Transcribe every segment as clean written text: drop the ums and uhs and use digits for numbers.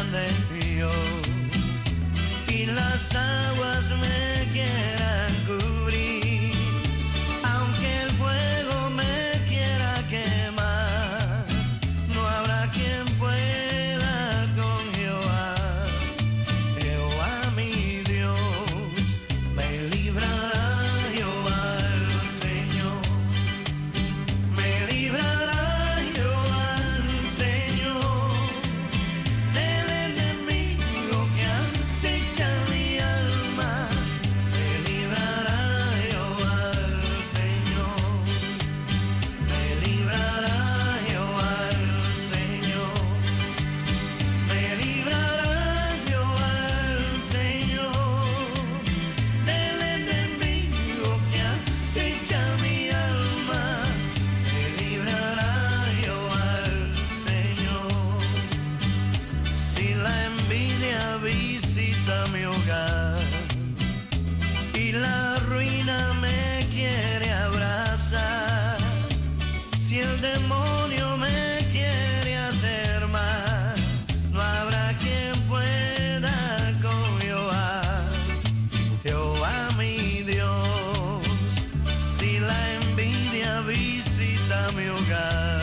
de Dios y las aguas me quieran cubrir, aunque el fuego me quiera quemar, no habrá quien pueda con Jehová. Jehová mi Dios, me librará Jehová el Señor, me librará Jehová el Señor del enemigo que acecha mi alma, me librará Jehová el Señor, me librará Jehová el Señor, me librará Jehová el Señor del enemigo que acecha mi alma, me librará Jehová el Señor. Si la envidia visita mi hogar y la ruina me quiere abrazar, si el demonio me quiere hacer mal, no habrá quien pueda con Jehová. Jehová mi Dios, si la envidia visita mi hogar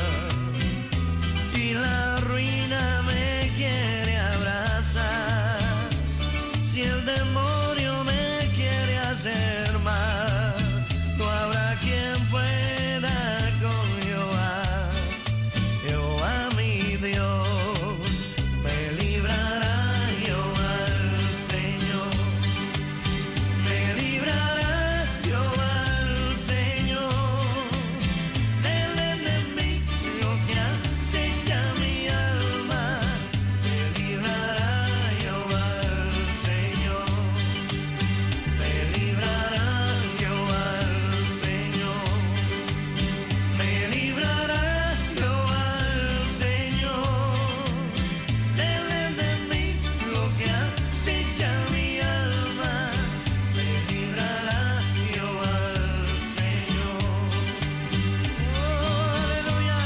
y la ruina me quiere abrazar, si el demonio me quiere hacer mal, no habrá quien pueda con Jehová. Jehová mi Dios, me librará Jehová el Señor, me librará Jehová el Señor del enemigo que acecha mi alma, me librará Jehová el Señor, me librará Jehová el Señor, me librará Jehová el Señor del enemigo que acecha mi alma, me librará Jehová el Señor. Oh, aleluya.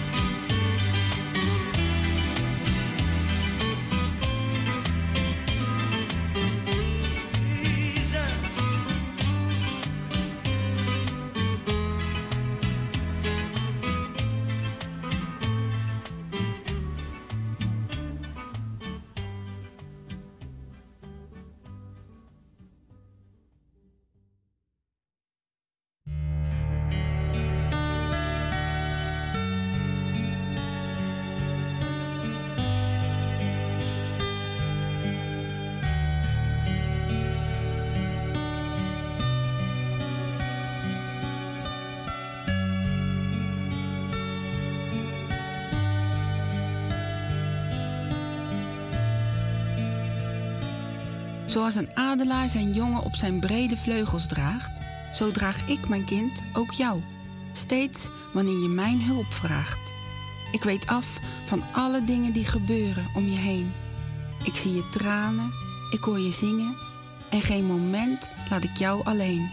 Zoals een adelaar zijn jongen op zijn brede vleugels draagt, zo draag ik, mijn kind, ook jou. Steeds wanneer je mijn hulp vraagt. Ik weet af van alle dingen die gebeuren om je heen. Ik zie je tranen, ik hoor je zingen en geen moment laat ik jou alleen.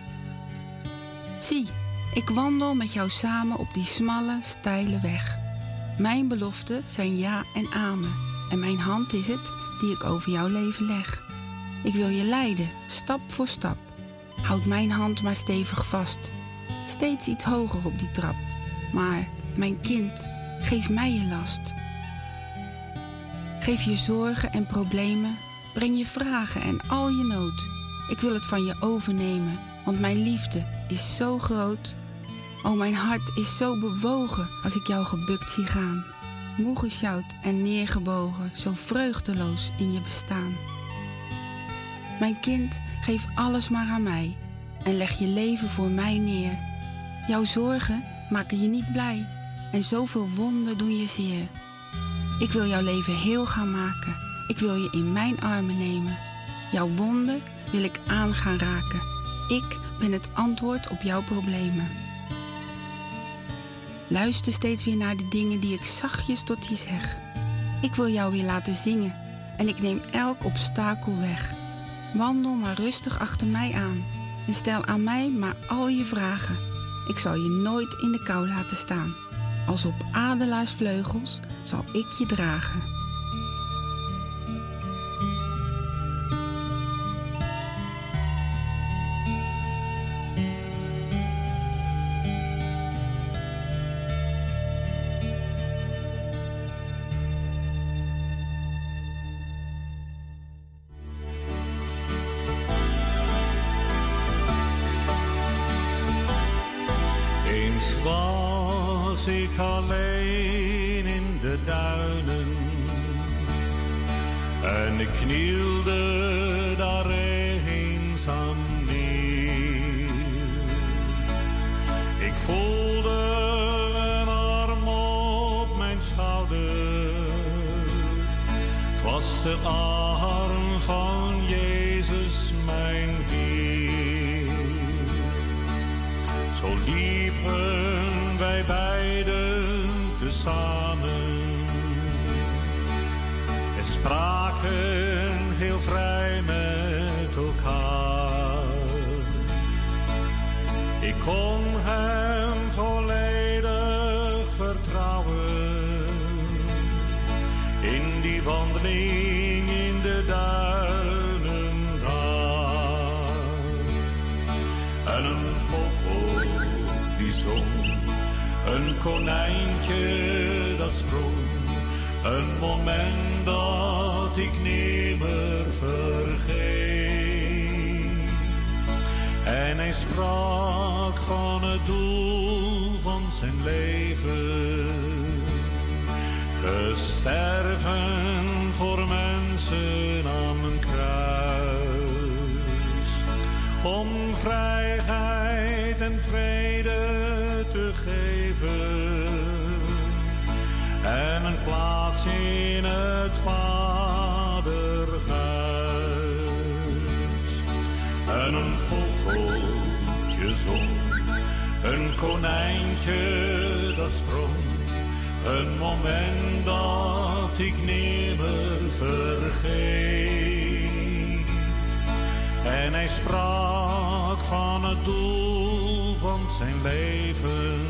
Zie, ik wandel met jou samen op die smalle, steile weg. Mijn beloften zijn ja en amen en mijn hand is het die ik over jouw leven leg. Ik wil je leiden, stap voor stap. Houd mijn hand maar stevig vast. Steeds iets hoger op die trap. Maar, mijn kind, geef mij je last. Geef je zorgen en problemen. Breng je vragen en al je nood. Ik wil het van je overnemen, want mijn liefde is zo groot. O, mijn hart is zo bewogen als ik jou gebukt zie gaan. Moe gesjouwd en neergebogen, zo vreugdeloos in je bestaan. Mijn kind, geef alles maar aan mij en leg je leven voor mij neer. Jouw zorgen maken je niet blij en zoveel wonden doen je zeer. Ik wil jouw leven heel gaan maken, ik wil je in mijn armen nemen. Jouw wonden wil ik aan gaan raken. Ik ben het antwoord op jouw problemen. Luister steeds weer naar de dingen die ik zachtjes tot je zeg. Ik wil jou weer laten zingen en ik neem elk obstakel weg. Wandel maar rustig achter mij aan en stel aan mij maar al je vragen. Ik zal je nooit in de kou laten staan. Als op adelaarsvleugels zal ik je dragen. alleen in de duinen. En ik knielde daar eenzaam neer. Ik voelde een arm op mijn schouder. Het was de arm van Jezus mijn Heer. Zo liepen wij beiden tezamen. En spraken heel vrij met elkaar. Ik kon hem volledig vertrouwen. In die wandeling in de duinen daar. En een vogel die zong, een konijntje dat sprong. Een moment dat ik nimmer vergeet. En hij sprak van het doel van zijn leven. Te sterven voor mensen aan een kruis. Om vrijheid en vrede te geven. En een plaats in het vaderhuis. En een vogeltje zong, een konijntje dat sprong. Een moment dat ik nimmer vergeet. En hij sprak van het doel van zijn leven.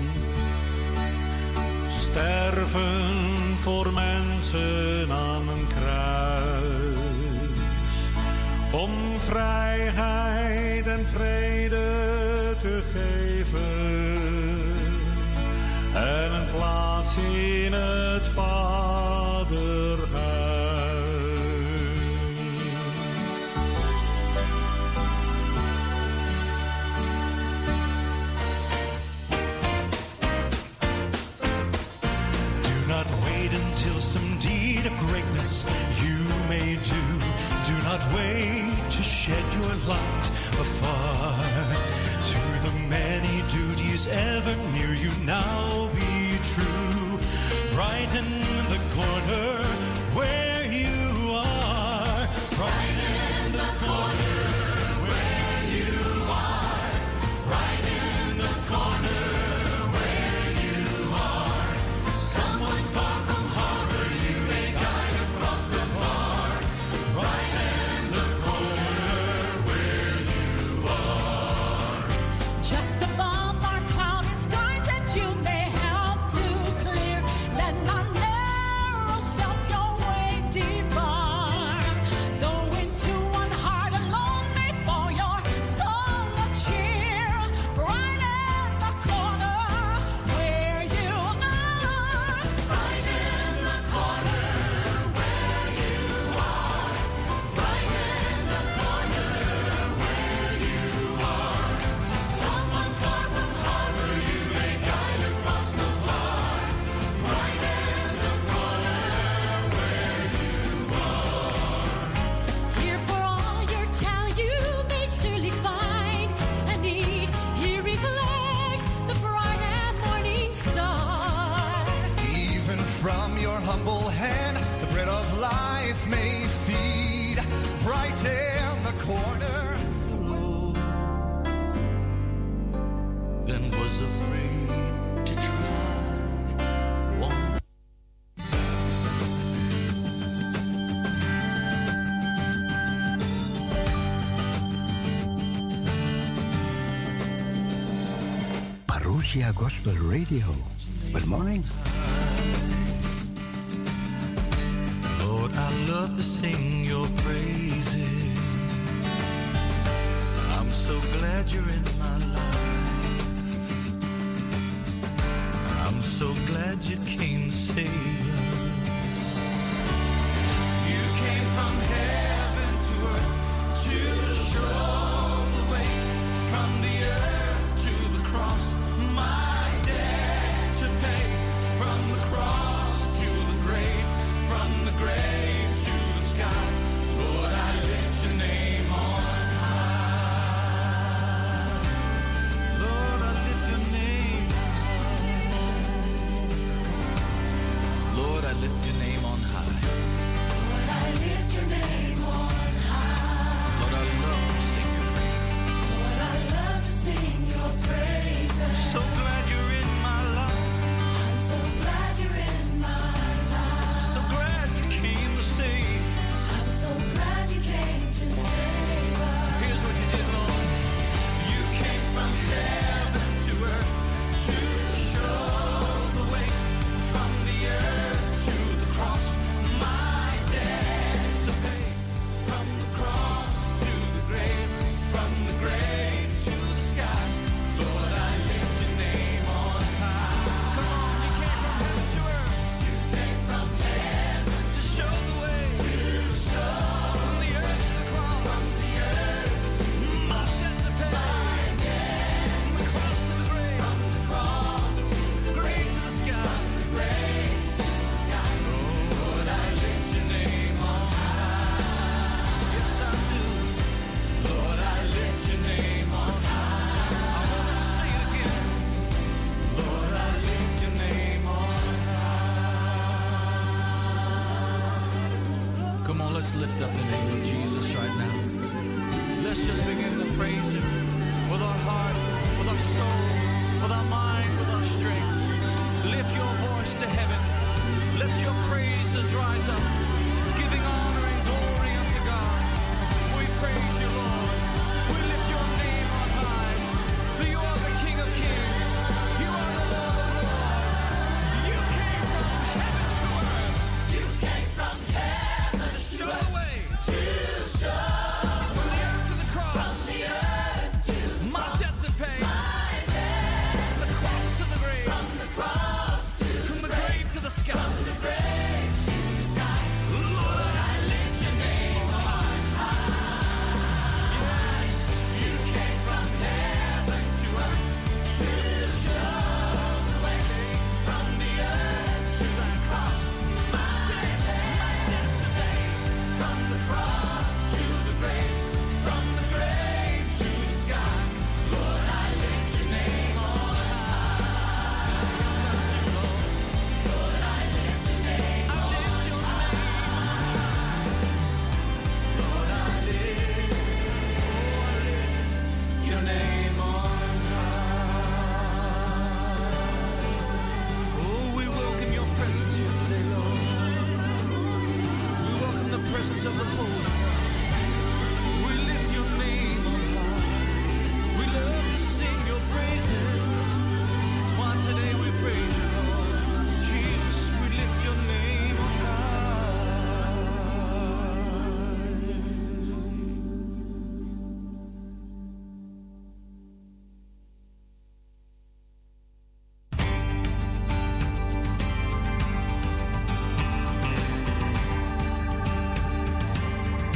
Sterven voor mensen aan een kruis. Om vrijheid en vrede te geven. En een plaats in het vaderhuis. Until some deed of greatness you may do. Do not wait to shed your light afar. To the many duties ever near you now be true. Right in the corner where you are. Right in the corner where you are. Right in the corner. Humble hand, the bread of life may feed. Bright in the corner. Alone, then was afraid to try. Parousia Gospel Radio. Good morning. I love to sing your praises. I'm so glad you're in my life. I'm so glad you came to save us. You came from heaven to earth to show the way. From the earth to the cross, my debt to pay. Come on, let's lift up the name of Jesus right now. Let's just begin to praise him with our heart, with our soul, with our mind, with our strength. Lift your voice to heaven. Let your praises rise up, giving honor and glory unto God. We praise you, Lord. We lift your name on high. For you are the King of Kings. You are the Lord of Lords. You came from heaven to earth. You came from heaven to show the way. To show from the earth to the cross. From the earth to the my cross. Debt to pay. My debt. From the cross to the grave. From the cross to from the grave to the sky. From the grave to the sky. Lord, I lift your name on high. Yes, you came from heaven to earth to show the way. From the earth to the cross, my debt to pay. From the cross to the grave, from the grave to the sky. Lord, I lift your name on high. Lord, I lift your name on high. Lord, I lift your name on high. Oh, we welcome your presence here today, Lord. We welcome the presence of the Holy One. We lift your name on high. We love to sing your praises. That's why today we praise you, Lord. Jesus, we lift your name on high.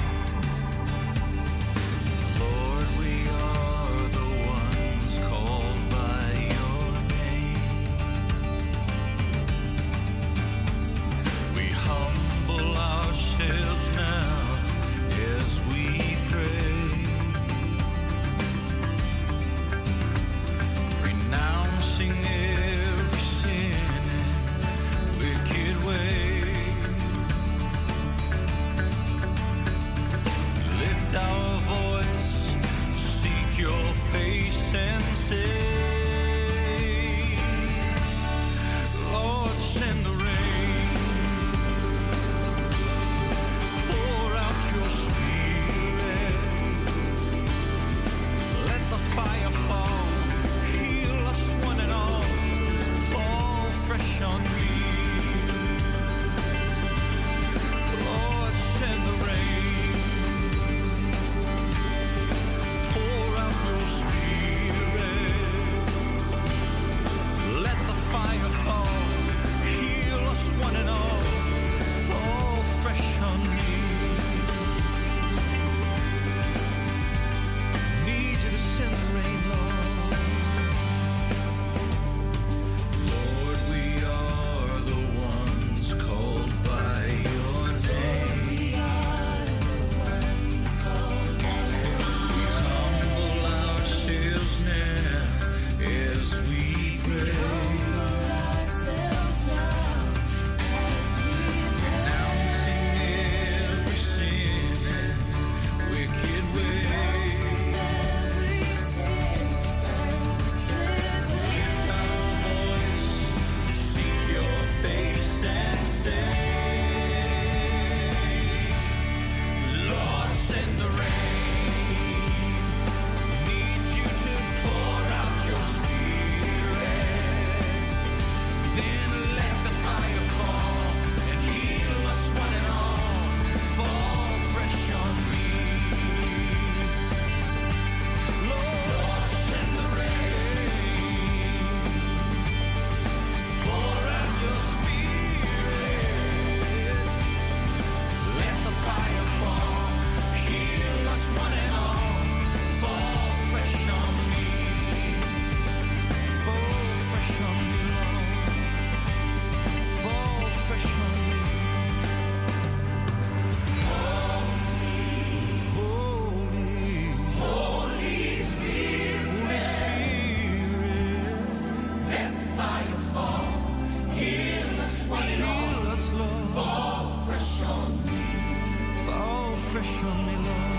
on me, Lord.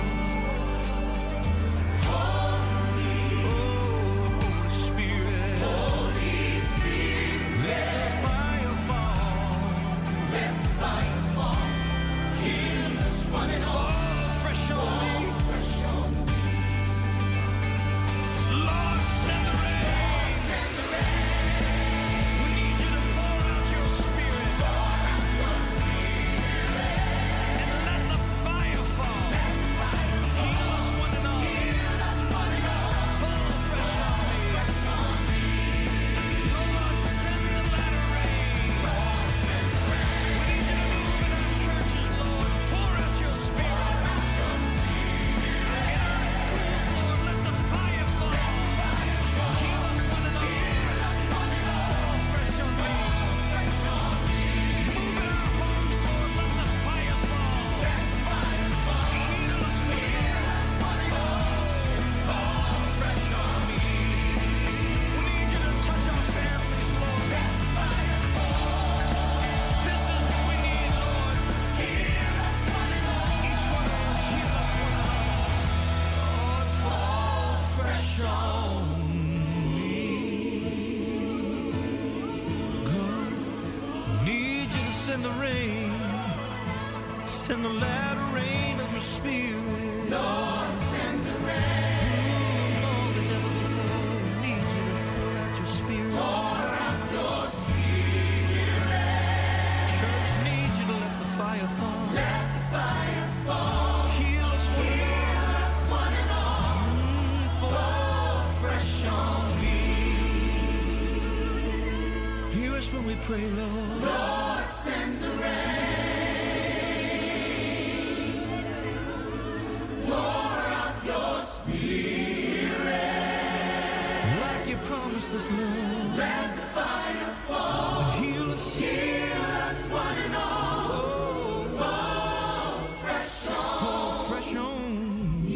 Send the rain, send the latter rain of your spirit. Lord, send the rain. More than ever before, we need you to pour out your spirit. Pour out your spirit. Church needs you to let the fire fall. Let the fire fall. Heal us one and all. Fall fresh on me. Hear us when we pray, Lord. Lord, send the rain. Pour out your spirit. Like you promised us, Lord. Let the fire fall. Heal us one and all. Fall fresh on. Fall fresh on me.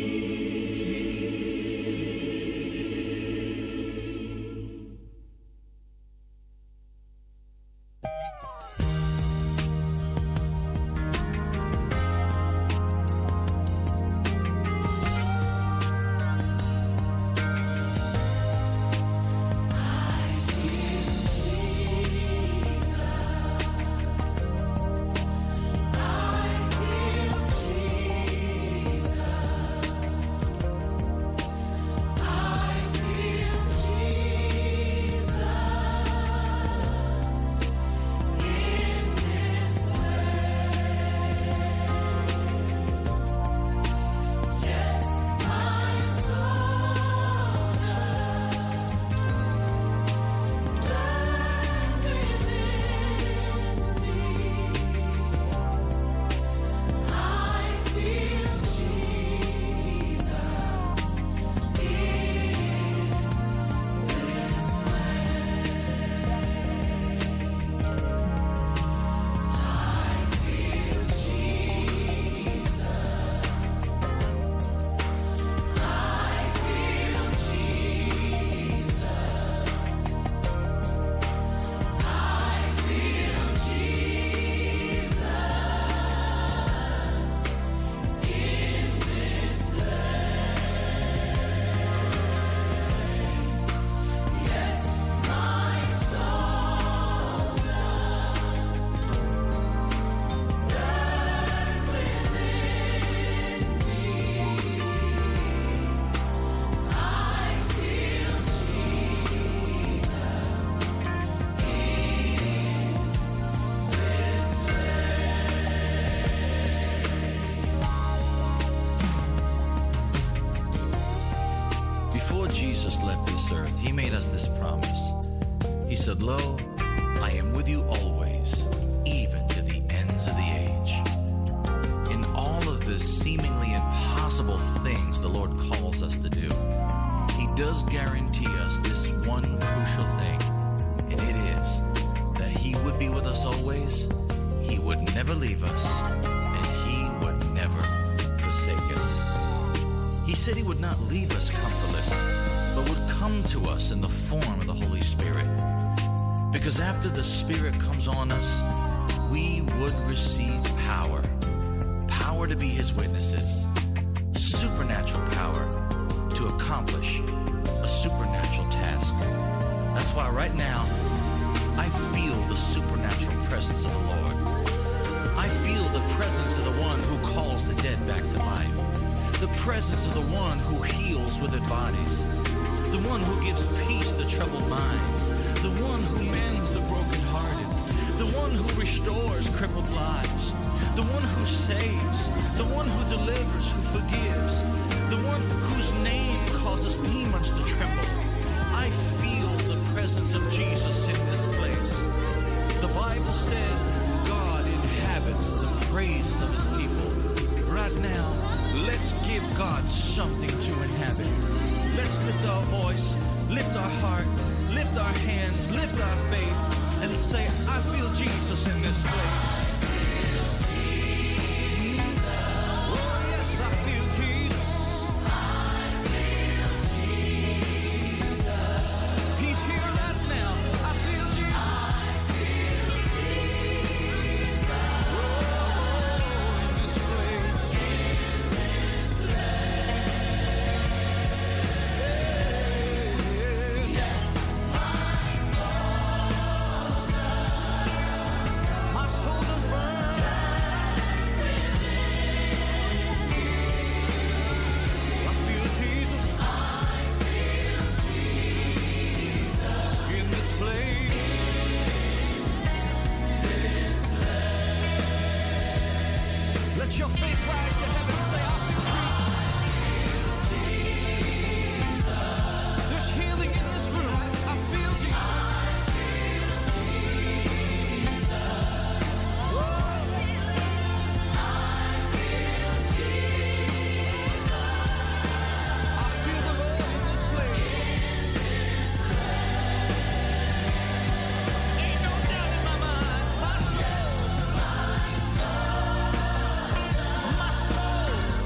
said, Lo, I am with you always, even to the ends of the age. In all of the seemingly impossible things the Lord calls us to do, He does guarantee us this one crucial thing, and it is that He would be with us always, He would never leave us, and He would never forsake us. He said He would not leave us comfortless, but would come to us in the form of the Holy Spirit. Because after the Spirit comes on us, we would receive power power to be his witnesses, supernatural power to accomplish a supernatural task. That's why right now, I feel the supernatural presence of the Lord. I feel the presence of the one who calls the dead back to life. The presence of the one who heals withered bodies. The one who gives peace to troubled minds. The one who mends the brokenhearted. The one who restores crippled lives. The one who saves. The one who delivers, who forgives. The one whose name causes demons to tremble. I feel the presence of Jesus in this place. The Bible says God inhabits the praises of his people. Right now, let's give God something to inhabit. Let's lift our voice, lift our heart, lift our hands, lift our faith, and say, I feel Jesus in this place. Oh yes, I feel Jesus. He's here right now. I feel Jesus. Oh, in this place. My soul does burn. I feel Jesus. In this place. Let your faith rise to heaven and say, I feel Jesus. There's healing in this room. I feel Jesus. Whoa. I feel the Lord in this place. Ain't no doubt in my mind. My soul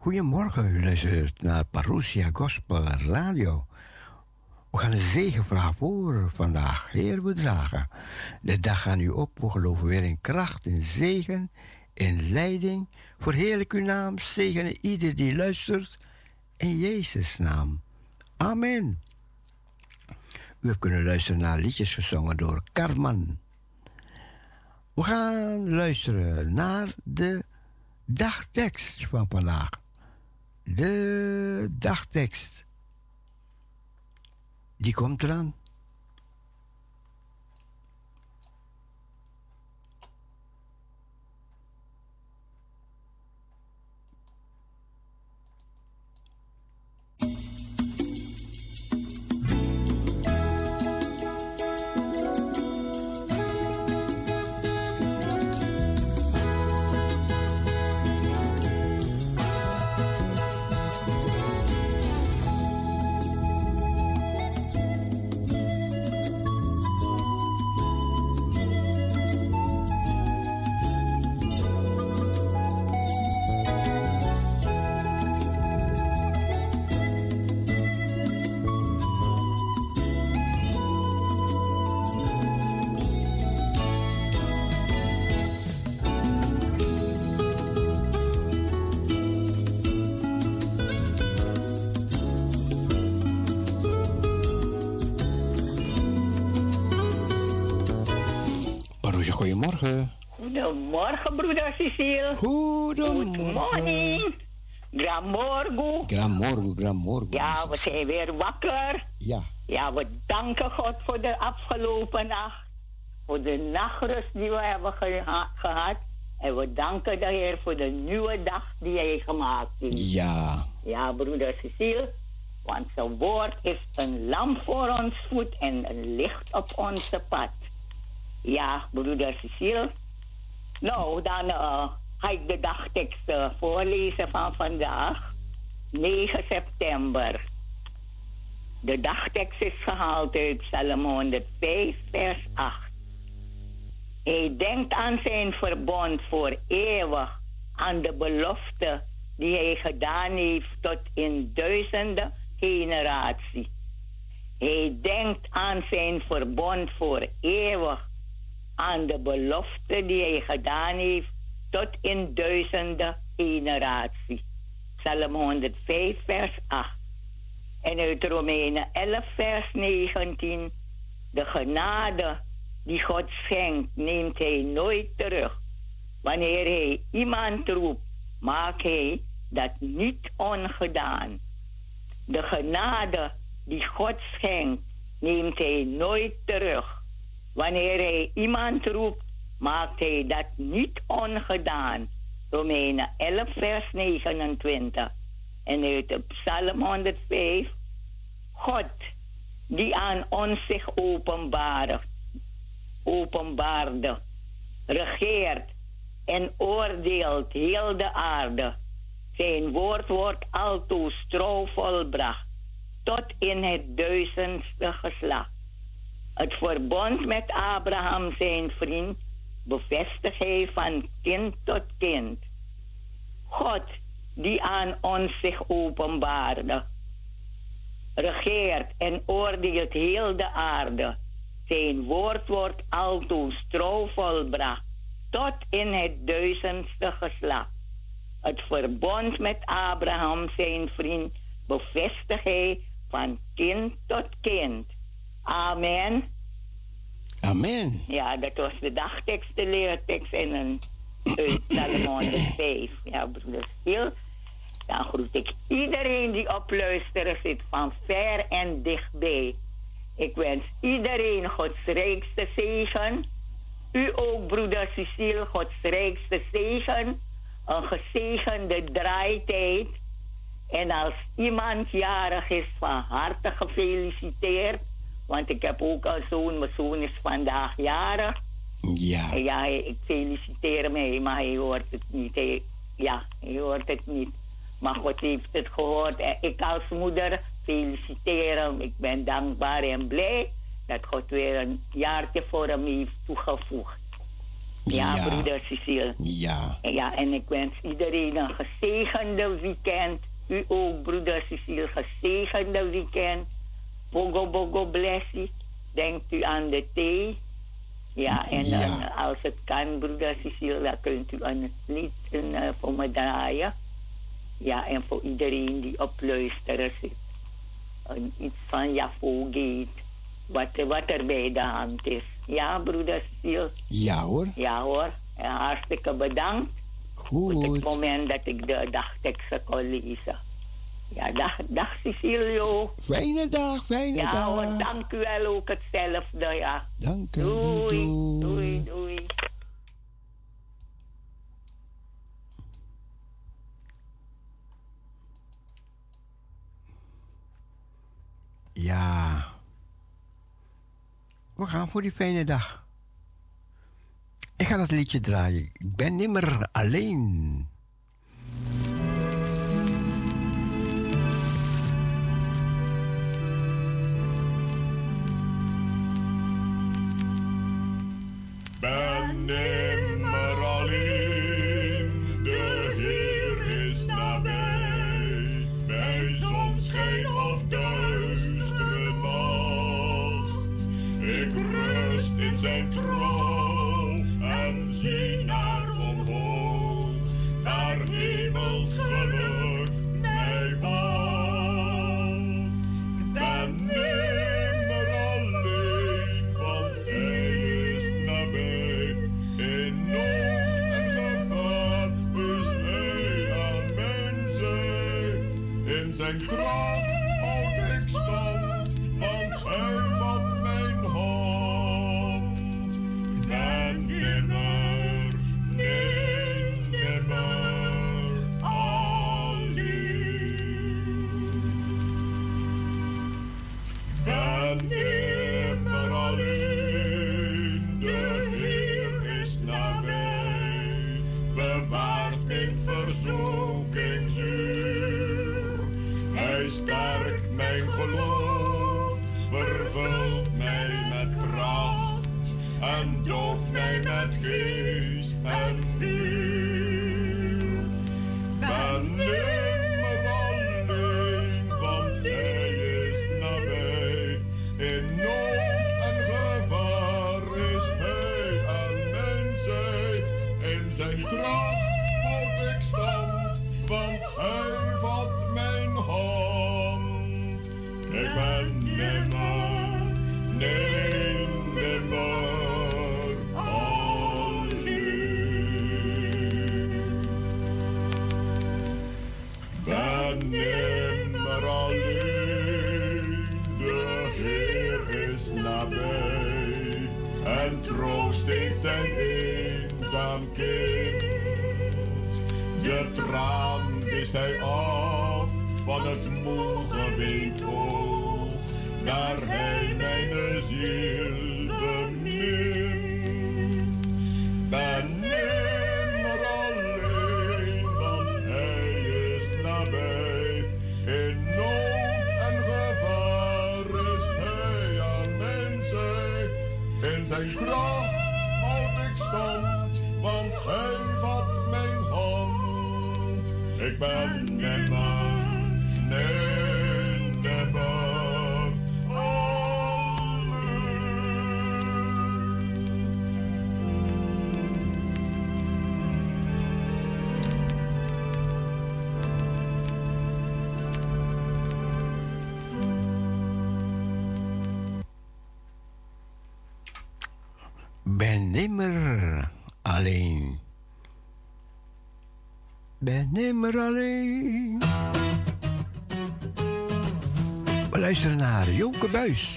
Goedemorgen, u luistert naar Parousia Gospel Radio. We gaan een zegenvraag voor vandaag. Heer, we dragen de dag aan u op. We geloven weer in kracht, in zegen, in leiding. Verheerlijk uw naam, zegenen ieder die luistert. In Jezus' naam. Amen. U hebt kunnen luisteren naar liedjes gezongen door Carman. We gaan luisteren naar de dagtekst van vandaag. De dagtekst. Die komt eraan. Goedemorgen. Goedemorgen, broeder Cecile. Goedemorgen. Good morning. Gramorgo. Gramorgo. Ja, we zijn weer wakker. Ja. Ja, we danken God voor de afgelopen nacht. Voor de nachtrust die we hebben gehad. En we danken de Heer voor de nieuwe dag die Hij gemaakt heeft. Ja. Ja, broeder Cecile. Want zijn woord is een lamp voor ons voet en een licht op onze pad. Ja, broeder Cecile. Nou, dan ga ik de dagtekst voorlezen van vandaag. 9 september. De dagtekst is gehaald uit Psalm 105, vers 8. Hij denkt aan zijn verbond voor eeuwig, aan de belofte die hij gedaan heeft tot in duizenden generatie. Hij denkt aan zijn verbond voor eeuwig, aan de belofte die hij gedaan heeft tot in duizenden generatie. Psalm 105, vers 8. En uit Romeinen 11, vers 19. De genade die God schenkt, neemt hij nooit terug. Wanneer hij iemand roept, maakt hij dat niet ongedaan. De genade die God schenkt, neemt hij nooit terug. Wanneer hij iemand roept, maakt hij dat niet ongedaan. Romeinen 11, vers 29. En uit de Psalm 105. God, die aan ons zich openbaarde, regeert en oordeelt heel de aarde. Zijn woord wordt altoos trouw volbracht, tot in het 1000ste geslacht. Het verbond met Abraham, zijn vriend, bevestigt hij van kind tot kind. God, die aan ons zich openbaarde, regeert en oordeelt heel de aarde. Zijn woord wordt altoos trouw volbracht, tot in het 1000ste geslacht. Het verbond met Abraham, zijn vriend, bevestigt hij van kind tot kind. Amen. Amen. Ja, dat was de dagtekst, de leertekst en een Psalm 105. Ja, broeder Stil. Dan groet ik iedereen die op luisteren zit, van ver en dichtbij. Ik wens iedereen Gods rijkste zegen. U ook, broeder Cecile, Gods rijkste zegen. Een gezegende draaitijd. En als iemand jarig is, van harte gefeliciteerd. Want ik heb ook een zoon. Mijn zoon is vandaag jarig. Ja. En ja, ik feliciteer hem, maar hij hoort het niet. Hij hoort het niet. Maar God heeft het gehoord. En ik als moeder feliciteer hem. Ik ben dankbaar en blij dat God weer een jaartje voor hem heeft toegevoegd. Ja, broeder Cecile. Ja. Ja, en ik wens iedereen een gezegende weekend. U ook, broeder Cecile, gezegende weekend. Bogo, bogo, blessie. Denkt u aan de thee. Ja, en dan, als het kan, broeder Cecile, dan kunt u een lied voor me draaien. Ja, en voor iedereen die op luisteren zit. Iets van Jafo Gate. Wat er bij de hand is. Ja, broeder Cecile? Ja hoor. Ja hoor. En hartstikke bedankt. Goed. Voor het moment dat ik de dagteksten kon lezen. Ja, dag Cecilio. Fijne dag, fijne dag. Ja hoor, dank u wel ook hetzelfde, ja. Dank u. Doei. Ja. We gaan voor die fijne dag. Ik ga dat liedje draaien. Ik ben nimmer alleen. Ben nimmer alleen, de Heer is nabij, bij zonschijn of duistere nacht. Ik rust in zijn trouw en zie naar omhoog, naar hemels geluk mij wacht. Ik ben nimmer alleen, want hij is nabij. In nood en gevaar is hij aan mijn zij. In zijn kracht houd ik stand, want hij vat mijn hand. Ik ben nimmer, nee, nimmer alleen. Ben nimmer alleen, de Heer is nabij, bewaart mijn verzoekingsuur. Hij sterkt mijn geloof, vervult mij met kracht en doopt mij met geest en vuur. Ben nimmer alleen, want hij is nabij. In nood en gevaar is hij aan mijn zij. In zijn kracht houd ik stand, want hij vat mijn hand. Ik ben nimmer, nee, nimmer alleen. Ben nimmer alleen, de Heer is nabij en troost in zijn eenzaam kind. De traan wist hij af van het moe geweend oog, daar hij mijn ziel bemint. Ben nimmer alleen, want hij is nabij. In nood en gevaar is hij aan mijn zij. In zijn kracht houd ik stand, want hij vat mijn hand. Ik ben nimmer, nee, nimmer alleen. Ben nimmer alleen. Ben nimmer alleen. We luisteren naar Jonke Buis.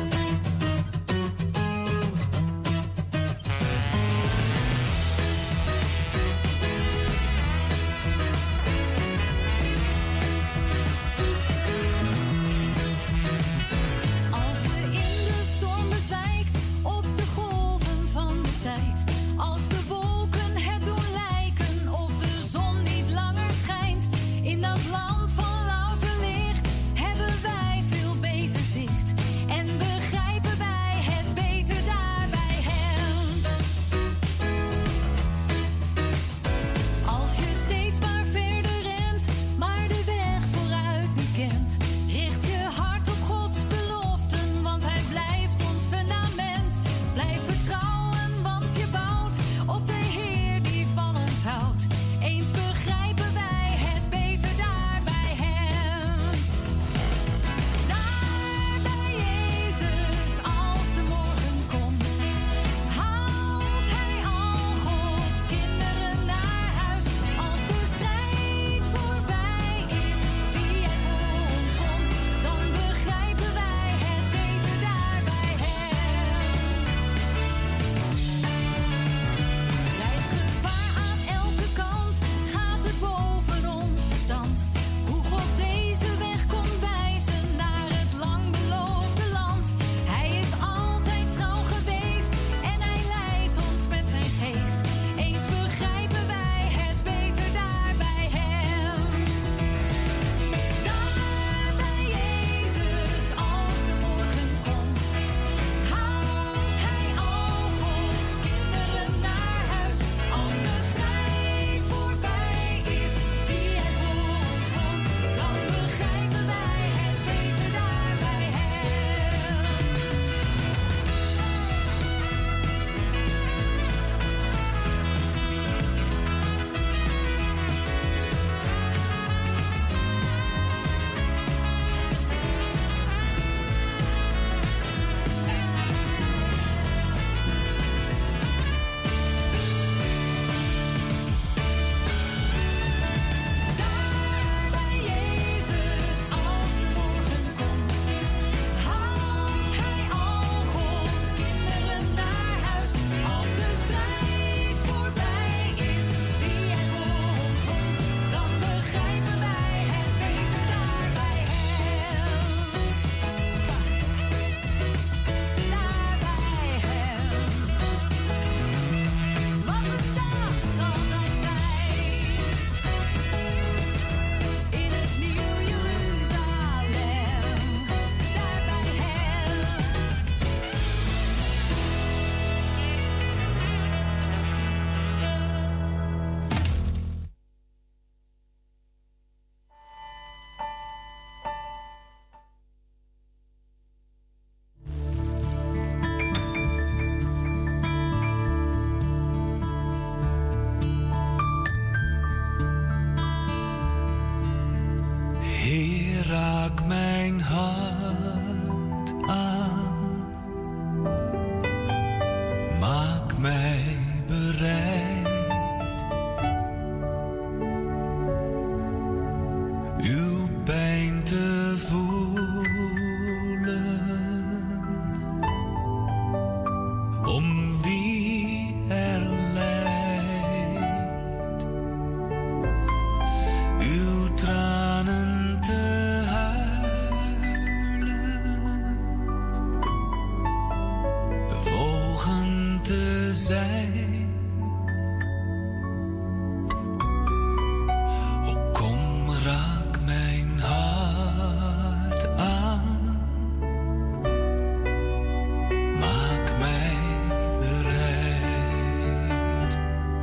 Als ze in de storm bezwijkt op de golven van de tijd, als de wolken het doen lijken of de zon niet langer schijnt, in dat land van louter licht hebben wij veel beter zicht. En raak mijn hart aan. Maak mij bereid. Uw pijn te voelen. Om wie er lijdt. Uw tranen te huilen. Bewogen te zijn. O kom, raak mijn hart aan. Maak mij bereid.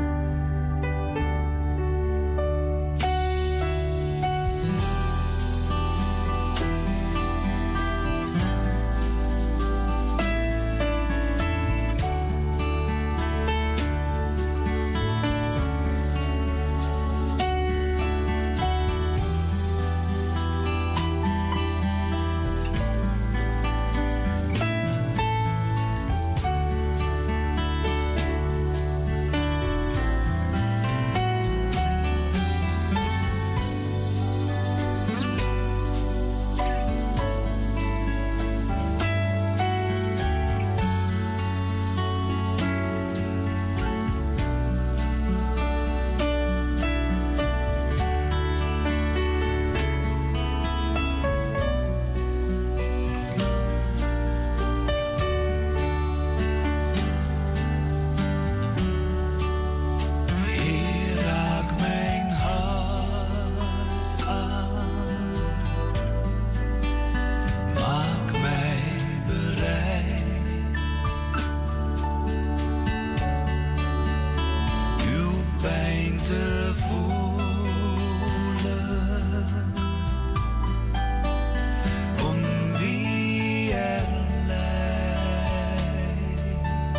Heer, raak mijn hart aan. Maak mij bereid. Uw pijn te voelen. Om wie er lijdt.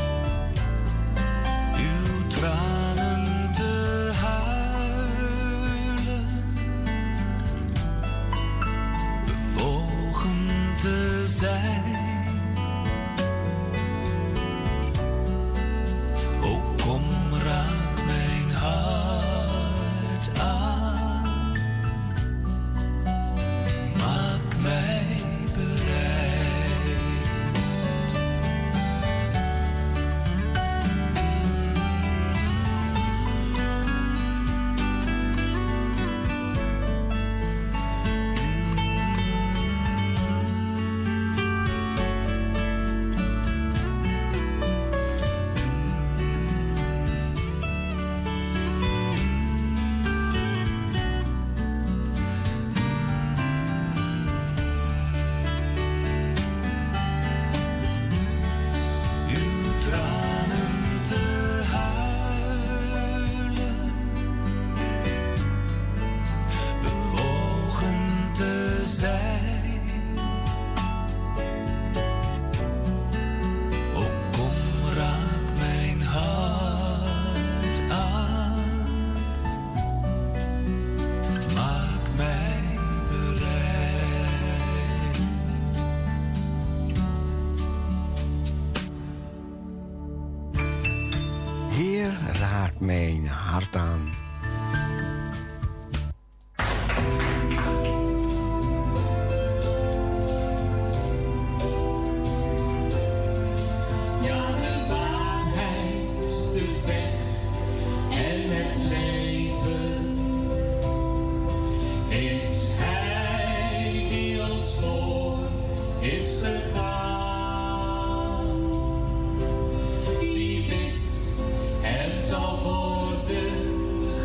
Uw tranen te huilen. Bewogen te zijn. O kom, raak mijn hart aan. Maak mij bereid. Uw tranen te huilen. Bewogen te zijn. O kom, raak mijn hart aan. Maak mij bereid. Heer, raak mijn hart aan. Ja, de waarheid, de weg en het leven is Hij die ons voor is gegaan. Die wint en zal worden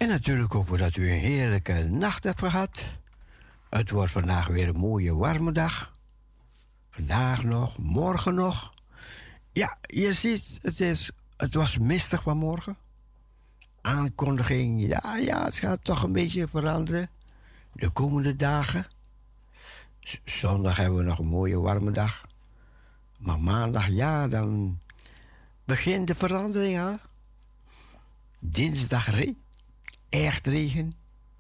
En natuurlijk hopen we dat u een heerlijke nacht hebt gehad. Het wordt vandaag weer een mooie warme dag. Vandaag nog, morgen nog. Ja, je ziet, het was mistig vanmorgen. Aankondiging, ja, het gaat toch een beetje veranderen. De komende dagen. Zondag hebben we nog een mooie warme dag. Maar maandag, ja, dan begint de verandering aan. Dinsdag echt regen.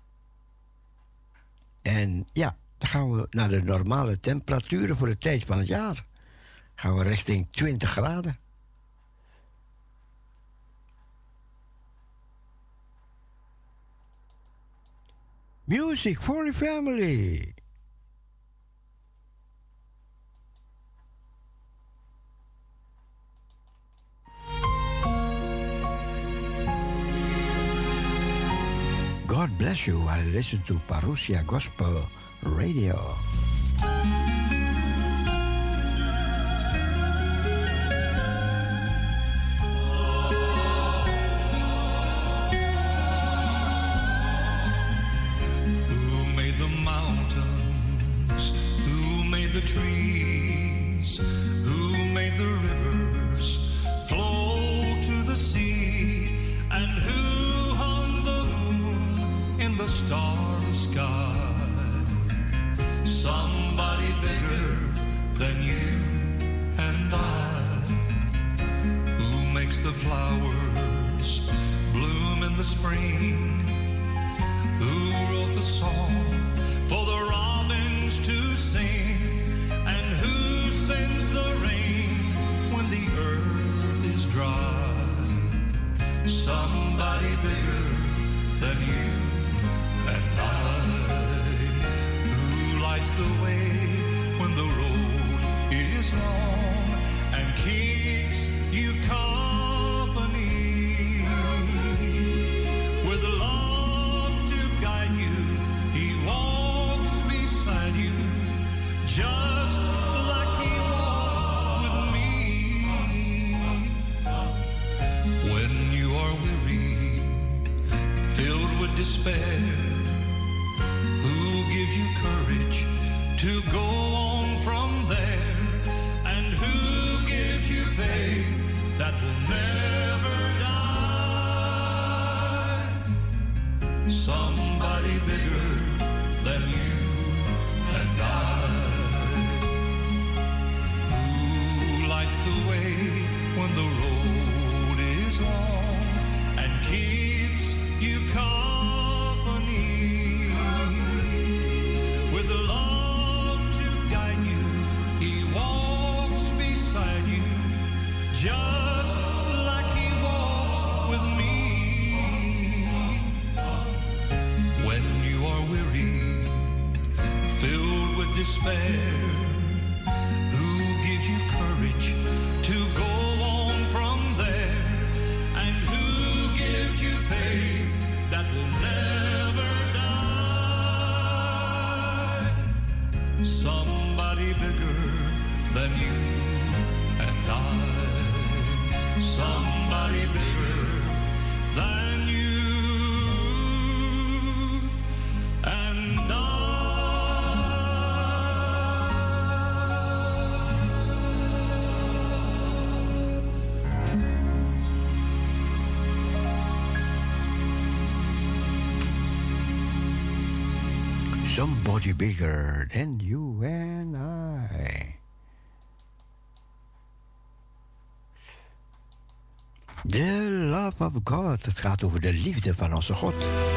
En ja, dan gaan we naar de normale temperaturen voor de tijd van het jaar. Gaan we richting 20 graden. Music for the family. God bless you. I listen to Parousia Gospel Radio. Who made the mountains? Who made the trees? Who made the rivers flow to the sea? And who hung the moon in the starry sky? Somebody bigger than you and I. Who makes the flowers bloom in the spring? Who wrote the song for the robins to sing? And who sends the rain when the earth is dry? Somebody bigger than you and I. Who lights the way when the road is long and keeps you company? With love to guide you, he walks beside you, just like he walks with me. When you are weary, filled with despair, who gives you courage to go on from there? And who gives you faith that will never die? Somebody bigger than you and I. Who lights the way when the road is long and keeps you company? With love to guide you, he walks beside you, just like he walks with me. When you are weary, filled with despair, who gives you courage to go on from there? And who gives you faith that will never die? Somebody bigger than you and I. Somebody bigger than you and I. Somebody bigger than you and I. The love of God. Het gaat over de liefde van onze God.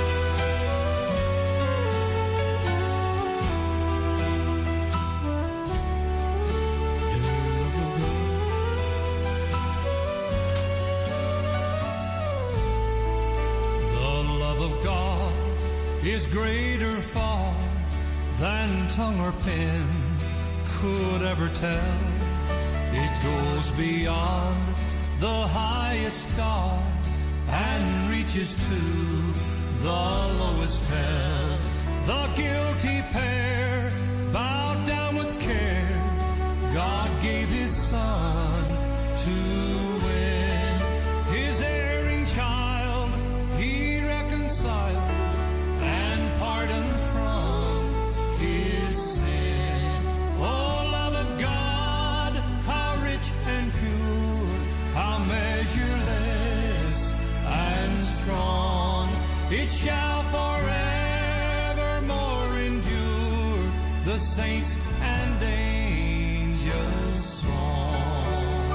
The love of God is greater far than tongue or pen could ever tell. It goes beyond the highest star and reaches to the lowest hell. The guilty pair bowed down with care. God gave his son to win his erring child. He reconciled it shall forevermore endure, the saints and angels' song.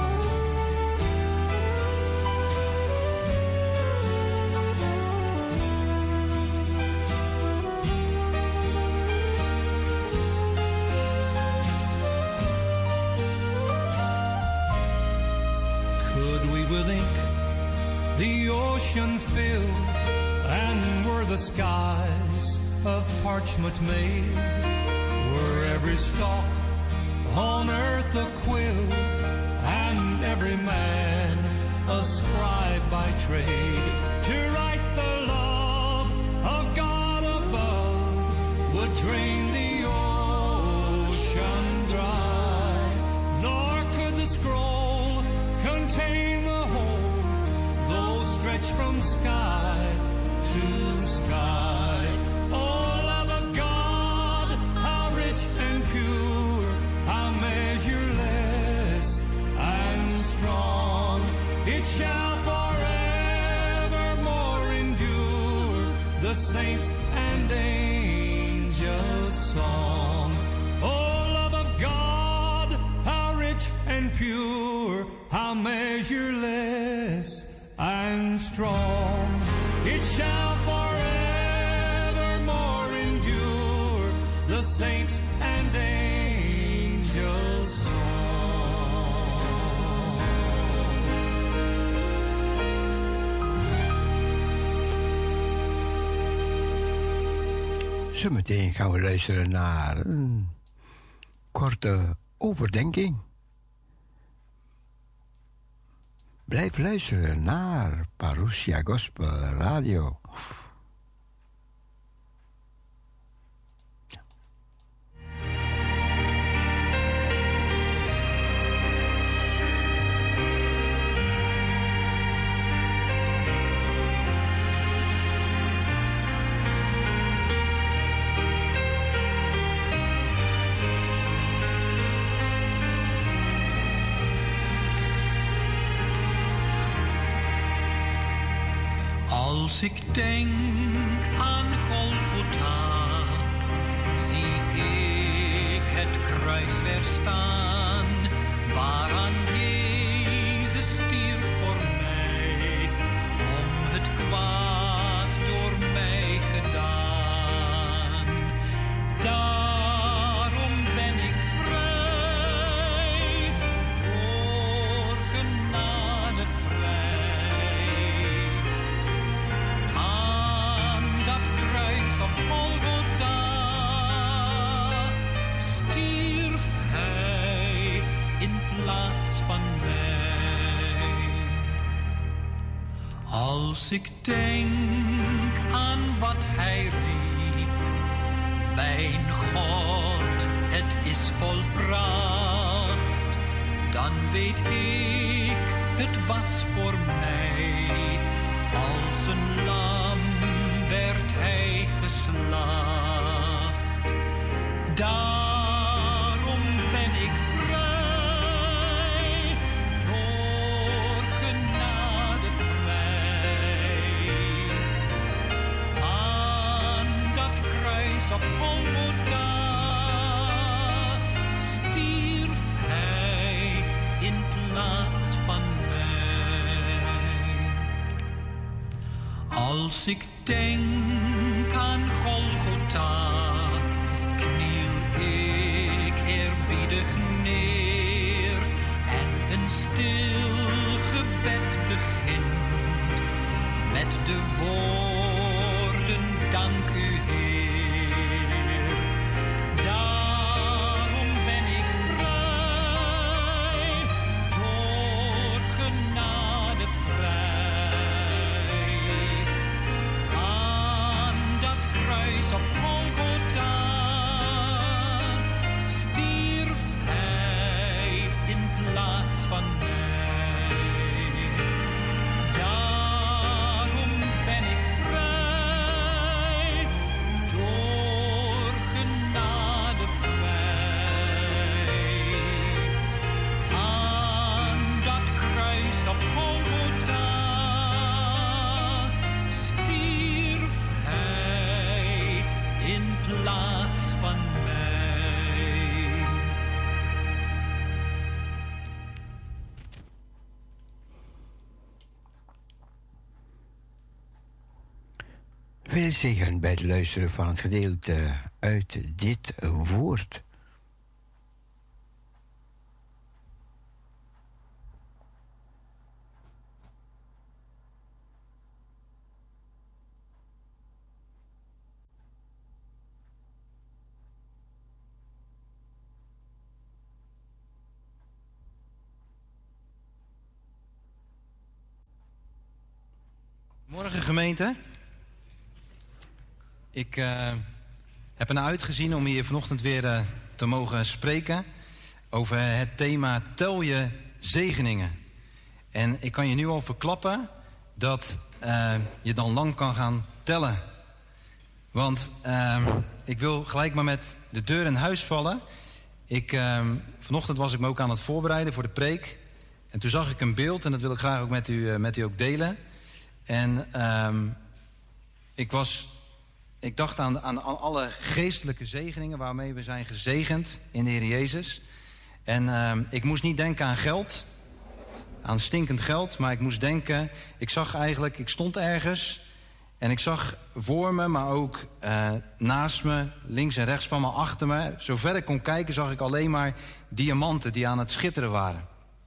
Could we with ink the ocean fill, and were the skies of parchment made, were every stalk on earth a quill, and every man a scribe by trade, to write the love of God above would drain the ocean dry, nor could the scroll contain the whole, though stretched from sky to sky. Oh, love of God, how rich and pure, how measureless and strong, it shall forevermore endure, the saints and angels' song. Oh, love of God, how rich and pure, how measureless and strong, it shall forevermore endure, the saints and angels' song. Zometeen gaan we luisteren naar een korte overdenking. Blijf luisteren naar Parousia Gospel Radio. Als ik denk aan Golgotha, zie ik het kruis weer staan, waaraan Jezus stierf voor mij, om het kwaad door mij gedaan. Daarom ben ik vrij, door genade vrij. Op Golgotha stierf hij in plaats van mij. Als ik denk aan wat hij riep, mijn God, het is volbracht, dan weet ik, het was voor mij. Als een lam werd hij geslacht. Daarom ben ik vrij, door genade vrij. Aan dat kruis op Golgotha stierf hij in plaats van mij. Als ik denk aan Golgotha, kniel ik eerbiedig neer en een stil gebed begint met de woorden dank u Heer. Daarom ben ik vrij, door genade vrij. Aan dat kruis op Golgotha stierf hij Veel zegen bij het luisteren van het gedeelte uit dit woord. Morgen gemeente. Ik heb ernaar uitgezien om hier vanochtend weer te mogen spreken over het thema tel je zegeningen. En ik kan je nu al verklappen dat je dan lang kan gaan tellen. Want ik wil gelijk maar met de deur in huis vallen. Vanochtend was ik me ook aan het voorbereiden voor de preek. En toen zag ik een beeld en dat wil ik graag ook met u ook delen. En ik dacht aan alle geestelijke zegeningen waarmee we zijn gezegend in de Heer Jezus. En ik moest niet denken aan geld, aan stinkend geld, maar ik moest denken, ik stond ergens en ik zag voor me, maar ook naast me, links en rechts van me, achter me. Zover ik kon kijken zag ik alleen maar diamanten die aan het schitteren waren.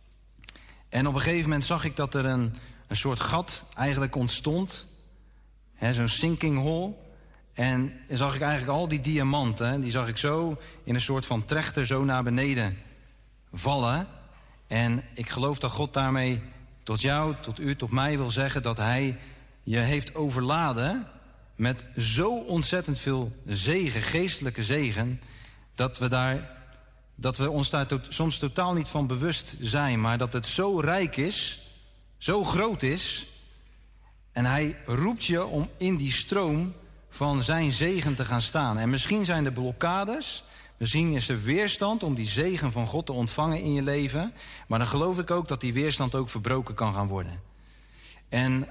En op een gegeven moment zag ik dat er een soort gat eigenlijk ontstond. Zo'n sinking hole. En dan zag ik eigenlijk al die diamanten, die zag ik zo in een soort van trechter zo naar beneden vallen. En ik geloof dat God daarmee tot jou, tot u, tot mij wil zeggen dat hij je heeft overladen met zo ontzettend veel zegen, geestelijke zegen, dat we ons daar soms totaal niet van bewust zijn, maar dat het zo rijk is, zo groot is. En hij roept je om in die stroom van zijn zegen te gaan staan. En misschien zijn er blokkades, misschien is er weerstand om die zegen van God te ontvangen in je leven. Maar dan geloof ik ook dat die weerstand ook verbroken kan gaan worden. En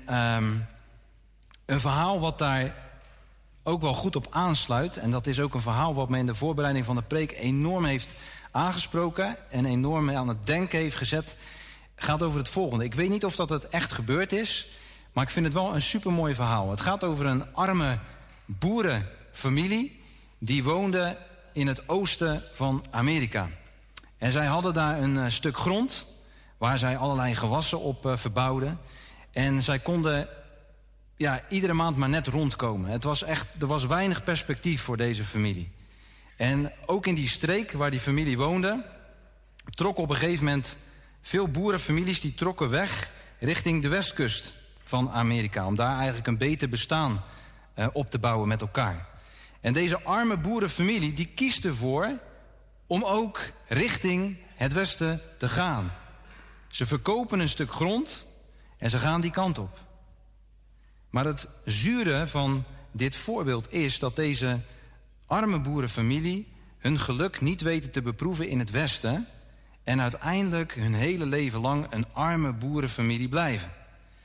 een verhaal wat daar ook wel goed op aansluit, en dat is ook een verhaal wat me in de voorbereiding van de preek enorm heeft aangesproken en enorm aan het denken heeft gezet, gaat over het volgende. Ik weet niet of dat het echt gebeurd is, maar ik vind het wel een supermooi verhaal. Het gaat over een arme boerenfamilie die woonde in het oosten van Amerika. En zij hadden daar een stuk grond waar zij allerlei gewassen op verbouwden. En zij konden iedere maand maar net rondkomen. Er was weinig perspectief voor deze familie. En ook in die streek waar die familie woonde, trokken op een gegeven moment veel boerenfamilies die trokken weg richting de westkust van Amerika, om daar eigenlijk een beter bestaan op te bouwen met elkaar. En deze arme boerenfamilie die kiest ervoor om ook richting het westen te gaan. Ze verkopen een stuk grond en ze gaan die kant op. Maar het zure van dit voorbeeld is dat deze arme boerenfamilie hun geluk niet weten te beproeven in het westen en uiteindelijk hun hele leven lang een arme boerenfamilie blijven.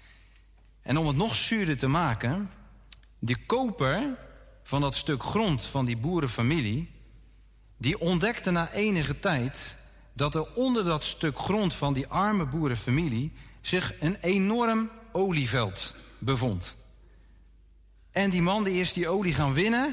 En om het nog zuurder te maken, de koper van dat stuk grond van die boerenfamilie, die ontdekte na enige tijd dat er onder dat stuk grond van die arme boerenfamilie zich een enorm olieveld bevond. En die man die is die olie gaan winnen,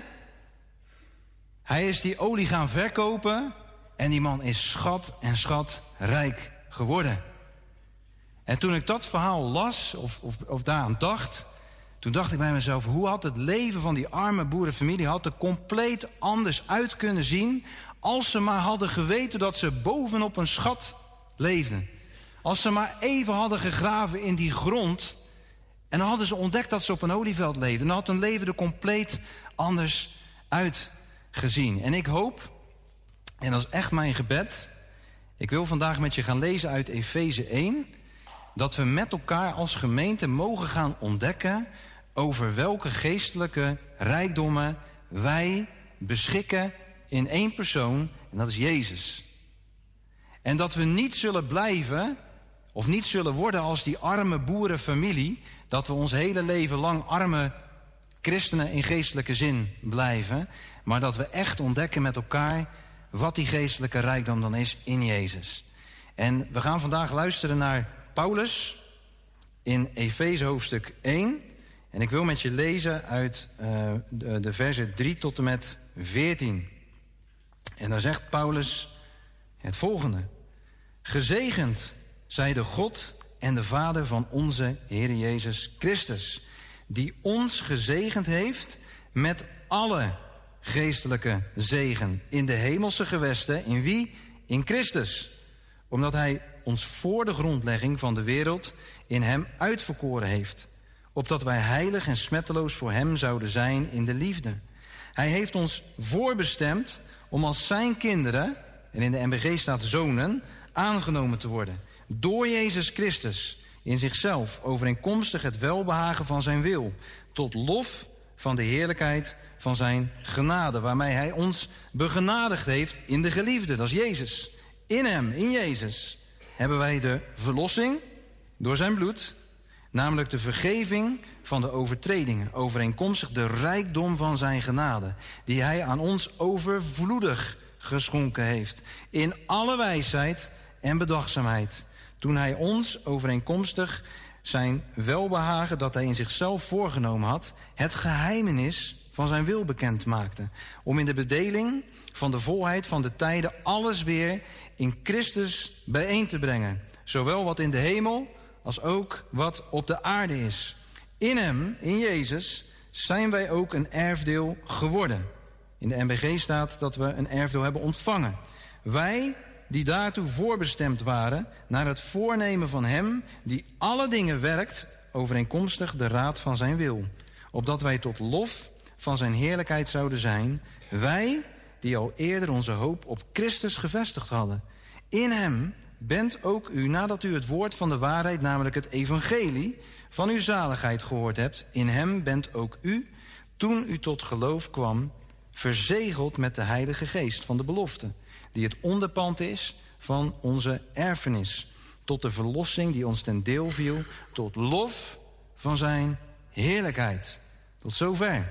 hij is die olie gaan verkopen en die man is schat en schatrijk geworden. En toen ik dat verhaal las of daaraan dacht, toen dacht ik bij mezelf, hoe had het leven van die arme boerenfamilie had er compleet anders uit kunnen zien als ze maar hadden geweten dat ze bovenop een schat leefden. Als ze maar even hadden gegraven in die grond en dan hadden ze ontdekt dat ze op een olieveld leefden. Dan had hun leven er compleet anders uitgezien. En ik hoop, en dat is echt mijn gebed, ik wil vandaag met je gaan lezen uit Efeze 1... dat we met elkaar als gemeente mogen gaan ontdekken over welke geestelijke rijkdommen wij beschikken in één persoon, en dat is Jezus. En dat we niet zullen blijven of niet zullen worden als die arme boerenfamilie, dat we ons hele leven lang arme christenen in geestelijke zin blijven, maar dat we echt ontdekken met elkaar wat die geestelijke rijkdom dan is in Jezus. En we gaan vandaag luisteren naar Paulus in Efeze hoofdstuk 1. En ik wil met je lezen uit de versen 3 tot en met 14. En daar zegt Paulus het volgende. Gezegend zij de God en de Vader van onze Heer Jezus Christus, die ons gezegend heeft met alle geestelijke zegen in de hemelse gewesten. In wie? In Christus. Omdat hij ons voor de grondlegging van de wereld in hem uitverkoren heeft, opdat wij heilig en smetteloos voor hem zouden zijn in de liefde. Hij heeft ons voorbestemd om als zijn kinderen, en in de NBG staat zonen, aangenomen te worden door Jezus Christus in zichzelf, overeenkomstig het welbehagen van zijn wil, tot lof van de heerlijkheid van zijn genade, waarmee hij ons begenadigd heeft in de geliefde, dat is Jezus. In hem, in Jezus, hebben wij de verlossing door zijn bloed, namelijk de vergeving van de overtredingen, overeenkomstig de rijkdom van zijn genade, die hij aan ons overvloedig geschonken heeft, in alle wijsheid en bedachtzaamheid, toen hij ons overeenkomstig zijn welbehagen dat hij in zichzelf voorgenomen had, het geheimenis van zijn wil bekend maakte, om in de bedeling van de volheid van de tijden alles weer in Christus bijeen te brengen, zowel wat in de hemel als ook wat op de aarde is. In hem, in Jezus, zijn wij ook een erfdeel geworden. In de NBG staat dat we een erfdeel hebben ontvangen. Wij die daartoe voorbestemd waren, naar het voornemen van hem die alle dingen werkt, overeenkomstig de raad van zijn wil, opdat wij tot lof van zijn heerlijkheid zouden zijn, wij die al eerder onze hoop op Christus gevestigd hadden. In hem bent ook u, nadat u het woord van de waarheid, namelijk het evangelie van uw zaligheid gehoord hebt, in hem bent ook u, toen u tot geloof kwam, verzegeld met de Heilige Geest van de belofte, die het onderpand is van onze erfenis, tot de verlossing die ons ten deel viel, tot lof van zijn heerlijkheid. Tot zover.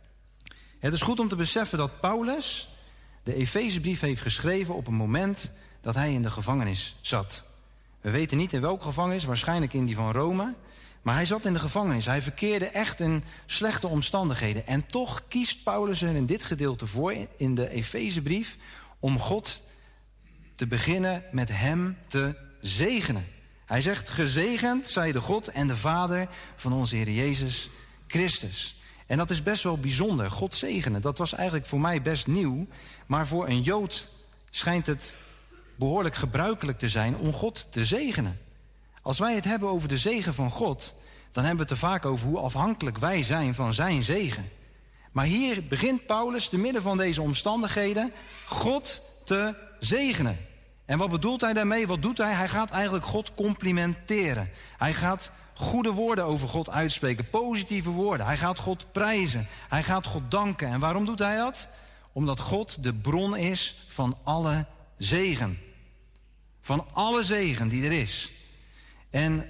Het is goed om te beseffen dat Paulus de Efezebrief heeft geschreven op een moment dat hij in de gevangenis zat. We weten niet in welke gevangenis, waarschijnlijk in die van Rome, maar hij zat in de gevangenis. Hij verkeerde echt in slechte omstandigheden. En toch kiest Paulus er in dit gedeelte voor, in de Efezebrief, om God te beginnen met hem te zegenen. Hij zegt, gezegend zij de God en de Vader van onze Heer Jezus Christus. En dat is best wel bijzonder, God zegenen. Dat was eigenlijk voor mij best nieuw, maar voor een Jood schijnt het behoorlijk gebruikelijk te zijn om God te zegenen. Als wij het hebben over de zegen van God, dan hebben we het er vaak over hoe afhankelijk wij zijn van zijn zegen. Maar hier begint Paulus te midden van deze omstandigheden God te zegenen. En wat bedoelt hij daarmee? Wat doet hij? Hij gaat eigenlijk God complimenteren. Hij gaat goede woorden over God uitspreken, positieve woorden. Hij gaat God prijzen. Hij gaat God danken. En waarom doet hij dat? Omdat God de bron is van alle zegen. Van alle zegen die er is. En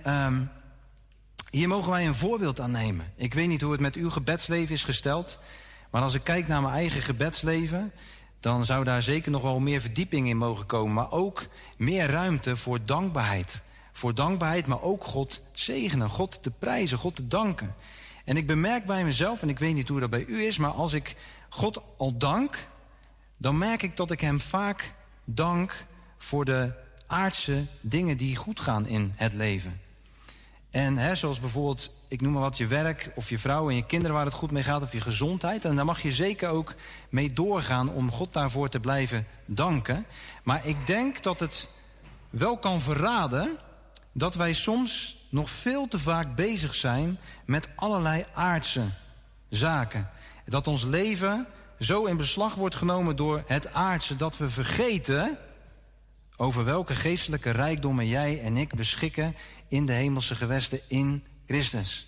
hier mogen wij een voorbeeld aan nemen. Ik weet niet hoe het met uw gebedsleven is gesteld, maar als ik kijk naar mijn eigen gebedsleven, dan zou daar zeker nog wel meer verdieping in mogen komen, maar ook meer ruimte voor dankbaarheid. Voor dankbaarheid, maar ook God zegenen, God te prijzen, God te danken. En ik bemerk bij mezelf, en ik weet niet hoe dat bij u is, maar als ik God al dank, dan merk ik dat ik hem vaak dank voor de aardse dingen die goed gaan in het leven. En zoals bijvoorbeeld, ik noem maar wat, je werk of je vrouw en je kinderen waar het goed mee gaat, of je gezondheid. En daar mag je zeker ook mee doorgaan om God daarvoor te blijven danken. Maar ik denk dat het wel kan verraden dat wij soms nog veel te vaak bezig zijn met allerlei aardse zaken. Dat ons leven zo in beslag wordt genomen door het aardse dat we vergeten over welke geestelijke rijkdommen jij en ik beschikken in de hemelse gewesten in Christus.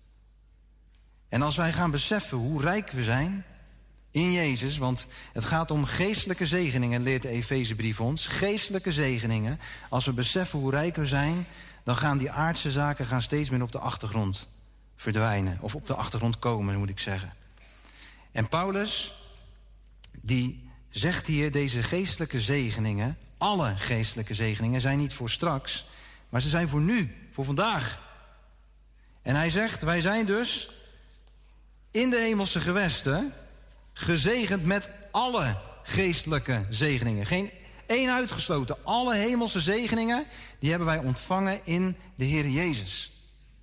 En als wij gaan beseffen hoe rijk we zijn in Jezus, want het gaat om geestelijke zegeningen, leert de Efezebrief ons. Geestelijke zegeningen. Als we beseffen hoe rijk we zijn, dan gaan die aardse zaken steeds meer op de achtergrond verdwijnen. Of op de achtergrond komen, moet ik zeggen. En Paulus, die zegt hier, deze geestelijke zegeningen, alle geestelijke zegeningen zijn niet voor straks, maar ze zijn voor nu, voor vandaag. En hij zegt, wij zijn dus in de hemelse gewesten gezegend met alle geestelijke zegeningen. Geen één uitgesloten. Alle hemelse zegeningen, die hebben wij ontvangen in de Heer Jezus.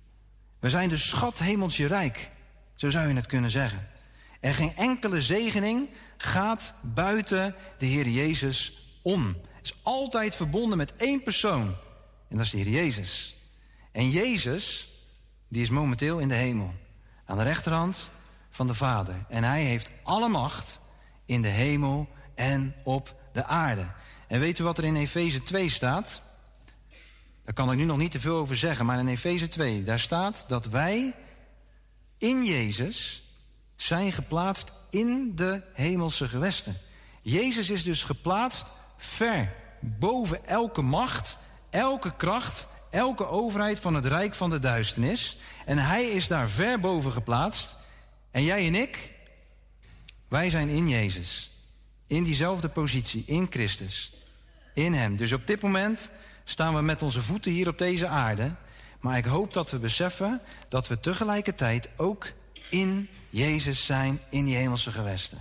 We zijn de schat hemeltje rijk. Zo zou je het kunnen zeggen. En geen enkele zegening gaat buiten de Heer Jezus om. Het is altijd verbonden met één persoon. En dat is de Heer Jezus. En Jezus, die is momenteel in de hemel. Aan de rechterhand van de Vader. En hij heeft alle macht in de hemel en op de aarde. En weet u wat er in Efeze 2 staat? Daar kan ik nu nog niet te veel over zeggen. Maar in Efeze 2, daar staat dat wij in Jezus zijn geplaatst in de hemelse gewesten. Jezus is dus geplaatst ver boven elke macht, elke kracht, elke overheid van het rijk van de duisternis. En hij is daar ver boven geplaatst. En jij en ik, wij zijn in Jezus. In diezelfde positie, in Christus. In hem. Dus op dit moment staan we met onze voeten hier op deze aarde. Maar ik hoop dat we beseffen dat we tegelijkertijd ook in Jezus zijn, in die hemelse gewesten.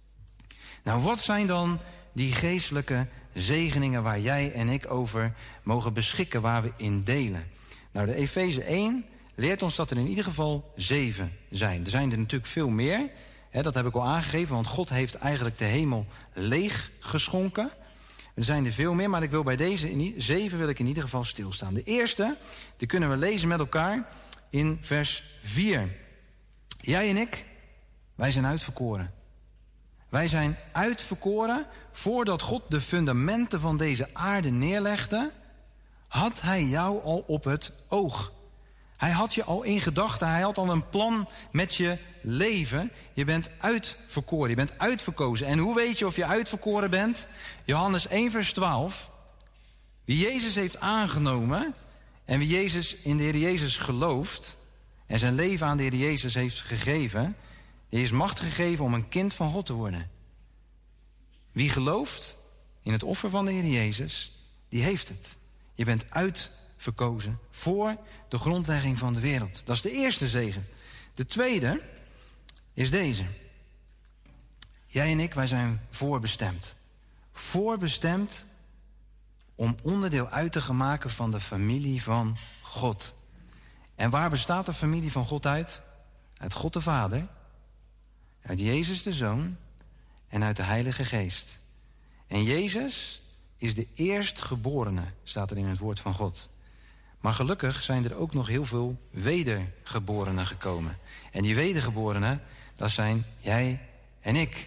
Nou, wat zijn dan die geestelijke zegeningen waar jij en ik over mogen beschikken, waar we in delen? Nou, de Efeze 1 leert ons dat er in ieder geval 7 zijn. Er zijn er natuurlijk veel meer. Dat heb ik al aangegeven, want God heeft eigenlijk de hemel leeg geschonken. Er zijn er veel meer, maar ik wil bij deze 7 wil ik in ieder geval stilstaan. De eerste, die kunnen we lezen met elkaar in vers 4. Jij en ik, wij zijn uitverkoren. Wij zijn uitverkoren voordat God de fundamenten van deze aarde neerlegde, had hij jou al op het oog. Hij had je al in gedachten, hij had al een plan met je leven. Je bent uitverkoren, je bent uitverkozen. En hoe weet je of je uitverkoren bent? Johannes 1 vers 12. Wie Jezus heeft aangenomen en wie Jezus in de Heer Jezus gelooft en zijn leven aan de Heer Jezus heeft gegeven, die is macht gegeven om een kind van God te worden. Wie gelooft in het offer van de Heer Jezus, die heeft het. Je bent uitverkozen voor de grondlegging van de wereld. Dat is de eerste zegen. De tweede is deze. Jij en ik, wij zijn voorbestemd. Voorbestemd om onderdeel uit te maken van de familie van God. En waar bestaat de familie van God uit? Uit God de Vader, uit Jezus de Zoon en uit de Heilige Geest. En Jezus is de eerstgeborene, staat er in het woord van God. Maar gelukkig zijn er ook nog heel veel wedergeborenen gekomen. En die wedergeborenen, dat zijn jij en ik.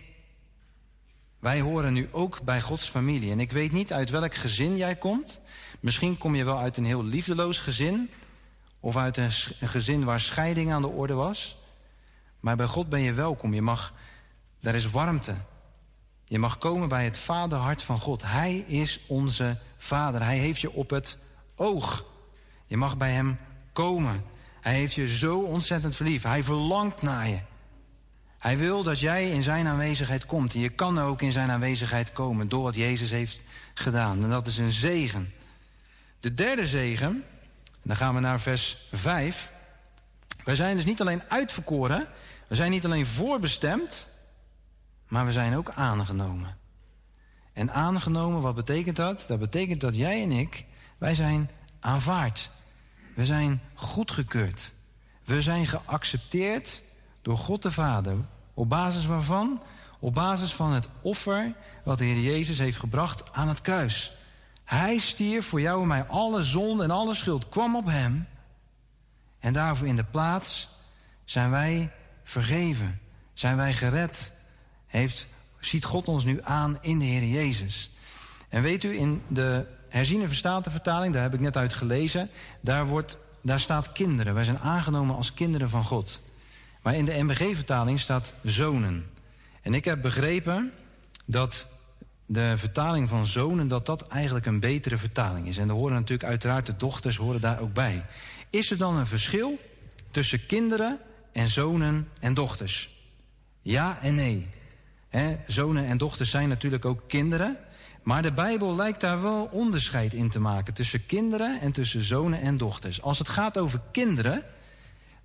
Wij horen nu ook bij Gods familie. En ik weet niet uit welk gezin jij komt. Misschien kom je wel uit een heel liefdeloos gezin. Of uit een gezin waar scheiding aan de orde was. Maar bij God ben je welkom. Daar is warmte. Je mag komen bij het vaderhart van God. Hij is onze vader. Hij heeft je op het oog. Je mag bij hem komen. Hij heeft je zo ontzettend verliefd. Hij verlangt naar je. Hij wil dat jij in zijn aanwezigheid komt. En je kan ook in zijn aanwezigheid komen door wat Jezus heeft gedaan. En dat is een zegen. De derde zegen, en dan gaan we naar vers 5. Wij zijn dus niet alleen uitverkoren. We zijn niet alleen voorbestemd. Maar we zijn ook aangenomen. En aangenomen, wat betekent dat? Dat betekent dat jij en ik, wij zijn aanvaard. We zijn goedgekeurd. We zijn geaccepteerd door God de Vader. Op basis waarvan? Op basis van het offer wat de Heer Jezus heeft gebracht aan het kruis. Hij stierf voor jou en mij. Alle zonde en alle schuld kwam op hem. En daarvoor in de plaats zijn wij vergeven. Zijn wij gered. Ziet God ons nu aan in de Heer Jezus. En weet u, in de herziene vertaling, daar heb ik net uit gelezen, daar staat kinderen. Wij zijn aangenomen als kinderen van God. Maar in de NBG-vertaling staat zonen. En ik heb begrepen dat de vertaling van zonen, dat eigenlijk een betere vertaling is. En er horen natuurlijk uiteraard de dochters horen daar ook bij. Is er dan een verschil tussen kinderen en zonen en dochters? Ja en nee. Zonen en dochters zijn natuurlijk ook kinderen. Maar de Bijbel lijkt daar wel onderscheid in te maken tussen kinderen en tussen zonen en dochters. Als het gaat over kinderen,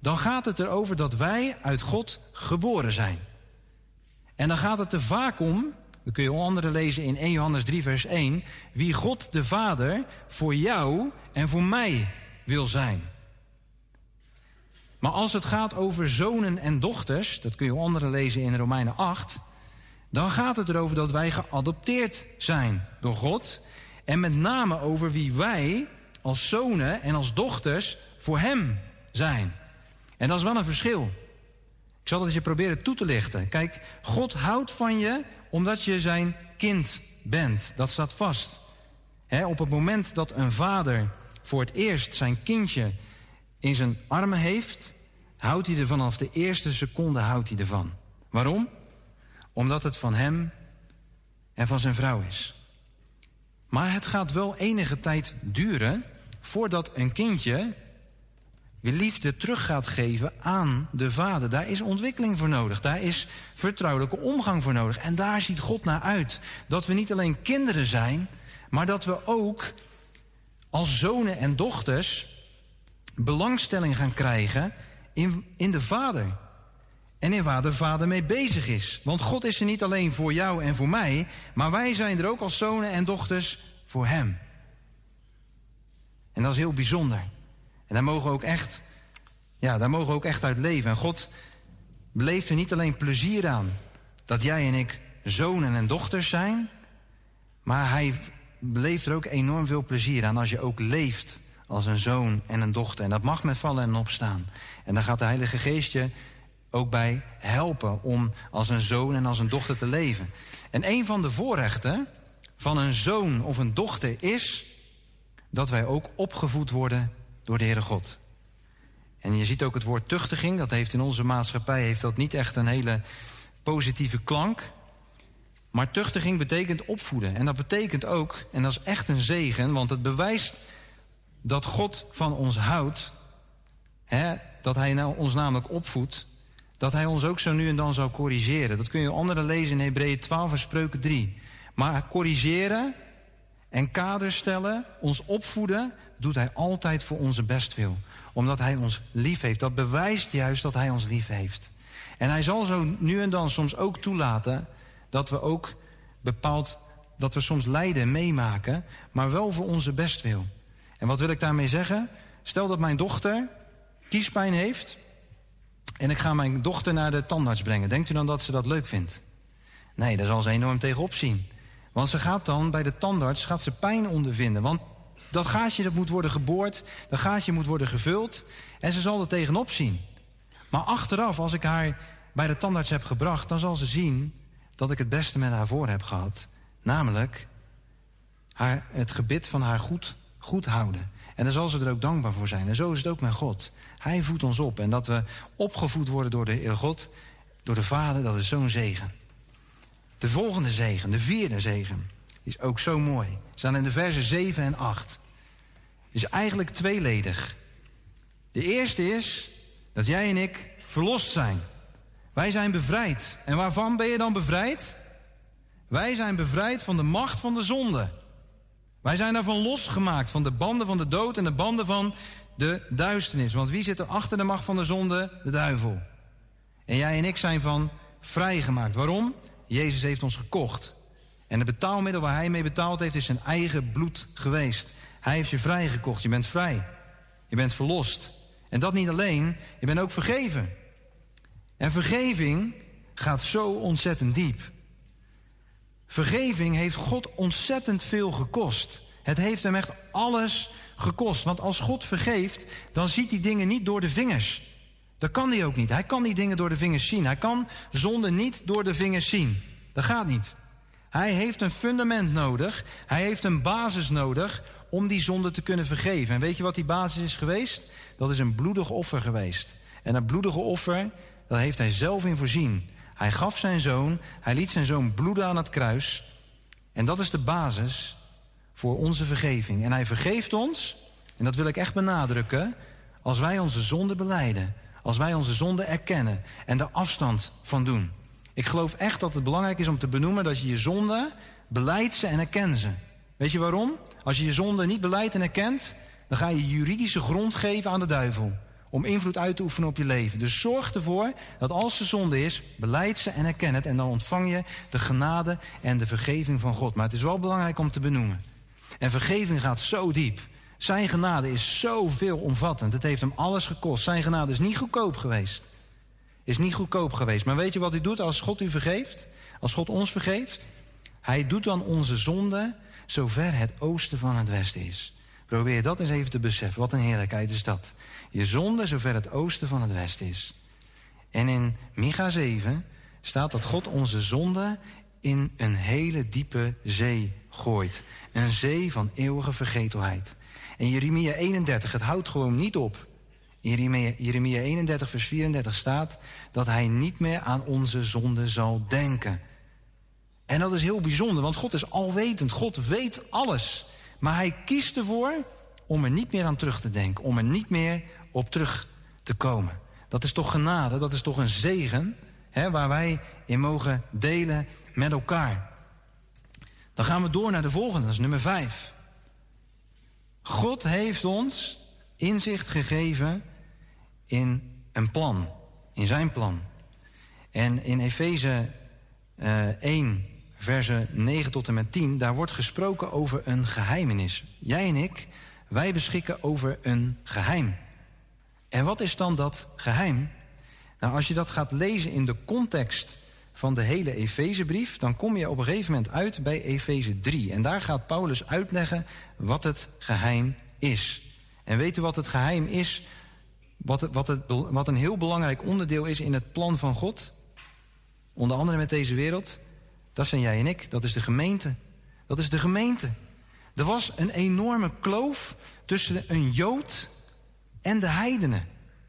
dan gaat het erover dat wij uit God geboren zijn. En dan gaat het er vaak om, dat kun je onder andere lezen in 1 Johannes 3 vers 1... wie God de Vader voor jou en voor mij wil zijn. Maar als het gaat over zonen en dochters, dat kun je onder andere lezen in Romeinen 8... dan gaat het erover dat wij geadopteerd zijn door God... en met name over wie wij als zonen en als dochters voor hem zijn. En dat is wel een verschil. Ik zal dat eens je proberen toe te lichten. Kijk, God houdt van je omdat je zijn kind bent. Dat staat vast. Op het moment dat een vader voor het eerst zijn kindje in zijn armen heeft... houdt hij er vanaf de eerste seconde ervan. Waarom? Omdat het van hem en van zijn vrouw is. Maar het gaat wel enige tijd duren voordat een kindje weer liefde terug gaat geven aan de vader. Daar is ontwikkeling voor nodig. Daar is vertrouwelijke omgang voor nodig. En daar ziet God naar uit. Dat we niet alleen kinderen zijn, maar dat we ook als zonen en dochters belangstelling gaan krijgen in de vader. En in waar de vader mee bezig is. Want God is er niet alleen voor jou en voor mij, maar wij zijn er ook als zonen en dochters voor hem. En dat is heel bijzonder. En daar mogen we ook echt uit leven. En God beleeft er niet alleen plezier aan dat jij en ik zonen en dochters zijn, maar hij beleeft er ook enorm veel plezier aan als je ook leeft als een zoon en een dochter. En dat mag met vallen en opstaan. En daar gaat de Heilige Geest je ook bij helpen om als een zoon en als een dochter te leven. En een van de voorrechten van een zoon of een dochter is dat wij ook opgevoed worden door de Heere God. En je ziet ook het woord tuchtiging, dat heeft in onze maatschappij heeft dat niet echt een hele positieve klank. Maar tuchtiging betekent opvoeden. En dat betekent ook, en dat is echt een zegen, want het bewijst dat God van ons houdt, dat hij ons namelijk opvoedt, dat hij ons ook zo nu en dan zal corrigeren. Dat kun je anderen lezen in Hebreeën 12 en Spreuken 3. Maar corrigeren en kader stellen, ons opvoeden, doet hij altijd voor onze bestwil. Omdat hij ons lief heeft. Dat bewijst juist dat hij ons lief heeft. En hij zal zo nu en dan soms ook toelaten dat we ook dat we soms lijden meemaken, maar wel voor onze bestwil. En wat wil ik daarmee zeggen? Stel dat mijn dochter kiespijn heeft en ik ga mijn dochter naar de tandarts brengen. Denkt u dan dat ze dat leuk vindt? Nee, daar zal ze enorm tegenop zien. Want ze gaat dan bij de tandarts pijn ondervinden. Want dat gaatje dat moet worden geboord, dat gaatje moet worden gevuld en ze zal er tegenop zien. Maar achteraf, als ik haar bij de tandarts heb gebracht, dan zal ze zien dat ik het beste met haar voor heb gehad. Namelijk het gebit van haar goed houden. En dan zal ze er ook dankbaar voor zijn. En zo is het ook met God. Hij voedt ons op. En dat we opgevoed worden door de Heer God, door de Vader, dat is zo'n zegen. De volgende zegen, de vierde zegen, die is ook zo mooi. Staan in de versen 7 en 8. Het is eigenlijk tweeledig. De eerste is dat jij en ik verlost zijn. Wij zijn bevrijd. En waarvan ben je dan bevrijd? Wij zijn bevrijd van de macht van de zonde. Wij zijn daarvan losgemaakt, van de banden van de dood en de banden van de duisternis. Want wie zit er achter de macht van de zonde? De duivel. En jij en ik zijn van vrijgemaakt. Waarom? Jezus heeft ons gekocht. En het betaalmiddel waar hij mee betaald heeft is zijn eigen bloed geweest. Hij heeft je vrijgekocht. Je bent vrij. Je bent verlost. En dat niet alleen, je bent ook vergeven. En vergeving gaat zo ontzettend diep. Vergeving heeft God ontzettend veel gekost. Het heeft hem echt alles gekost. Want als God vergeeft, dan ziet hij dingen niet door de vingers. Dat kan hij ook niet. Hij kan die dingen door de vingers zien. Hij kan zonde niet door de vingers zien. Dat gaat niet. Hij heeft een fundament nodig. Hij heeft een basis nodig om die zonde te kunnen vergeven. En weet je wat die basis is geweest? Dat is een bloedig offer geweest. En dat bloedige offer, daar heeft hij zelf in voorzien. Hij gaf zijn zoon, hij liet zijn zoon bloeden aan het kruis. En dat is de basis voor onze vergeving. En hij vergeeft ons, en dat wil ik echt benadrukken, als wij onze zonde belijden. Als wij onze zonde erkennen en er afstand van doen. Ik geloof echt dat het belangrijk is om te benoemen dat je je zonde belijdt ze en erkent ze. Weet je waarom? Als je je zonde niet belijdt en erkent, dan ga je juridische grond geven aan de duivel. om invloed uit te oefenen op je leven. Dus zorg ervoor dat als er zonde is, belijd ze en erken het. En dan ontvang je de genade en de vergeving van God. Maar het is wel belangrijk om te benoemen. En vergeving gaat zo diep. Zijn genade is zo veelomvattend. Het heeft hem alles gekost. Zijn genade is niet goedkoop geweest. Is niet goedkoop geweest. Maar weet je wat u doet als God u vergeeft? Als God ons vergeeft? Hij doet dan onze zonde zover het oosten van het westen is. Probeer dat eens even te beseffen. Wat een heerlijkheid is dat. Je zonde zover het oosten van het westen is. En in Micha 7 staat dat God onze zonde in een hele diepe zee gooit. Een zee van eeuwige vergetelheid. En Jeremia 31, het houdt gewoon niet op. In Jeremia 31 vers 34 staat dat hij niet meer aan onze zonde zal denken. En dat is heel bijzonder, want God is alwetend. God weet alles. Maar hij kiest ervoor om er niet meer aan terug te denken. Om er niet meer op terug te komen. Dat is toch genade, dat is toch een zegen, waar wij in mogen delen met elkaar. Dan gaan we door naar de volgende, dat is nummer 5. God heeft ons inzicht gegeven in een plan, in zijn plan. En in Efeze 1, versen 9 tot en met 10... daar wordt gesproken over een geheimenis. Jij en ik, wij beschikken over een geheim. En wat is dan dat geheim? Nou, als je dat gaat lezen in de context van de hele Efezebrief, dan kom je op een gegeven moment uit bij Efeze 3. En daar gaat Paulus uitleggen wat het geheim is. En weet u wat het geheim is? Wat een heel belangrijk onderdeel is in het plan van God? Onder andere met deze wereld. Dat zijn jij en ik. Dat is de gemeente. Dat is de gemeente. Er was een enorme kloof tussen een Jood en de heidenen.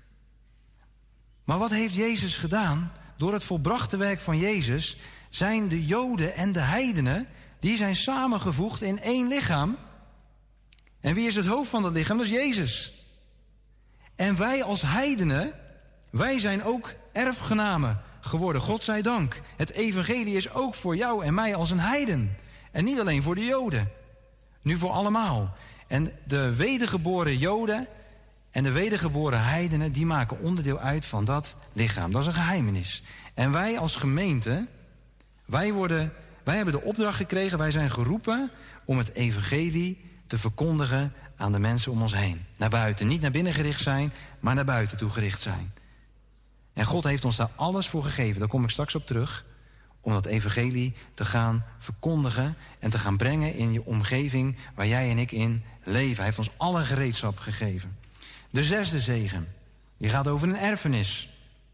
Maar wat heeft Jezus gedaan? Door het volbrachte werk van Jezus zijn de Joden en de heidenen, die zijn samengevoegd in één lichaam. En wie is het hoofd van dat lichaam? Dat is Jezus. En wij als heidenen, wij zijn ook erfgenamen geworden, God zij dank. Het evangelie is ook voor jou en mij als een heiden. En niet alleen voor de Joden. Nu voor allemaal. En de wedergeboren Joden en de wedergeboren heidenen, die maken onderdeel uit van dat lichaam. Dat is een geheimenis. En wij als gemeente, wij hebben de opdracht gekregen, wij zijn geroepen om het evangelie te verkondigen aan de mensen om ons heen. Naar buiten. Niet naar binnen gericht zijn, maar naar buiten toe gericht zijn. En God heeft ons daar alles voor gegeven. Daar kom ik straks op terug. Om dat evangelie te gaan verkondigen en te gaan brengen in je omgeving waar jij en ik in leven. Hij heeft ons alle gereedschap gegeven. De 6e zegen, die gaat over een erfenis.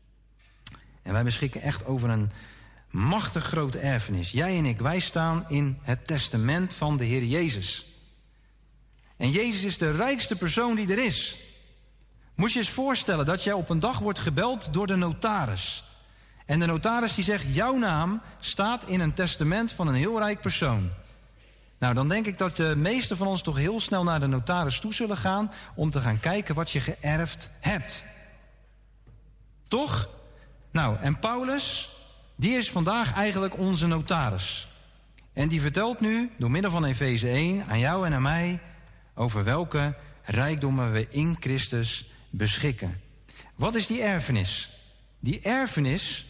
En wij beschikken echt over een machtig grote erfenis. Jij en ik, wij staan in het testament van de Heer Jezus. En Jezus is de rijkste persoon die er is. Moet je eens voorstellen dat jij op een dag wordt gebeld door de notaris. En de notaris die zegt, jouw naam staat in een testament van een heel rijk persoon. Nou, dan denk ik dat de meesten van ons toch heel snel naar de notaris toe zullen gaan om te gaan kijken wat je geërfd hebt. Toch? Nou, en Paulus, die is vandaag eigenlijk onze notaris. En die vertelt nu, door middel van Efeze 1, aan jou en aan mij, over welke rijkdommen we in Christus beschikken. Wat is die erfenis? Die erfenis,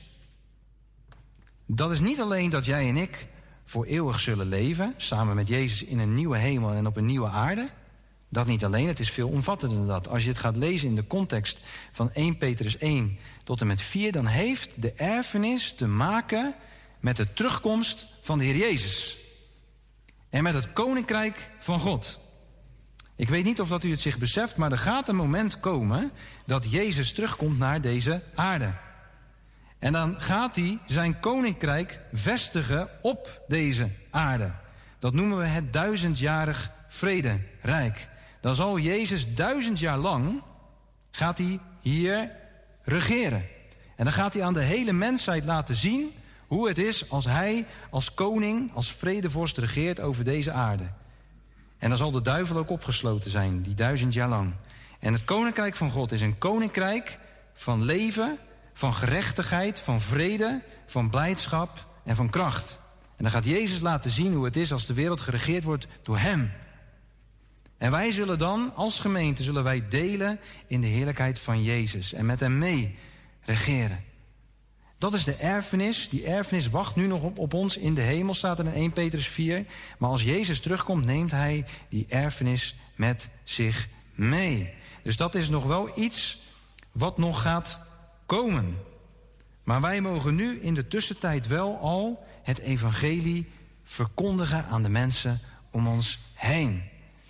dat is niet alleen dat jij en ik voor eeuwig zullen leven, samen met Jezus in een nieuwe hemel en op een nieuwe aarde. Dat niet alleen, het is veel omvattender dan dat. Als je het gaat lezen in de context van 1 Petrus 1 tot en met 4... dan heeft de erfenis te maken met de terugkomst van de Heer Jezus. En met het koninkrijk van God. Ik weet niet of dat u het zich beseft, maar er gaat een moment komen dat Jezus terugkomt naar deze aarde. En dan gaat hij zijn koninkrijk vestigen op deze aarde. Dat noemen we het 1000-jarig vrederijk. Dan zal Jezus 1000 jaar lang, gaat hij hier regeren. En dan gaat hij aan de hele mensheid laten zien hoe het is als hij als koning, als vredevorst regeert over deze aarde. En dan zal de duivel ook opgesloten zijn, die 1000 jaar lang. En het koninkrijk van God is een koninkrijk van leven, van gerechtigheid, van vrede, van blijdschap en van kracht. En dan gaat Jezus laten zien hoe het is als de wereld geregeerd wordt door hem. En wij zullen dan, als gemeente, zullen wij delen in de heerlijkheid van Jezus. En met hem mee regeren. Dat is de erfenis. Die erfenis wacht nu nog op ons in de hemel, staat er in 1 Petrus 4. Maar als Jezus terugkomt, neemt hij die erfenis met zich mee. Dus dat is nog wel iets wat nog gaat komen. Maar wij mogen nu in de tussentijd wel al het evangelie verkondigen aan de mensen om ons heen.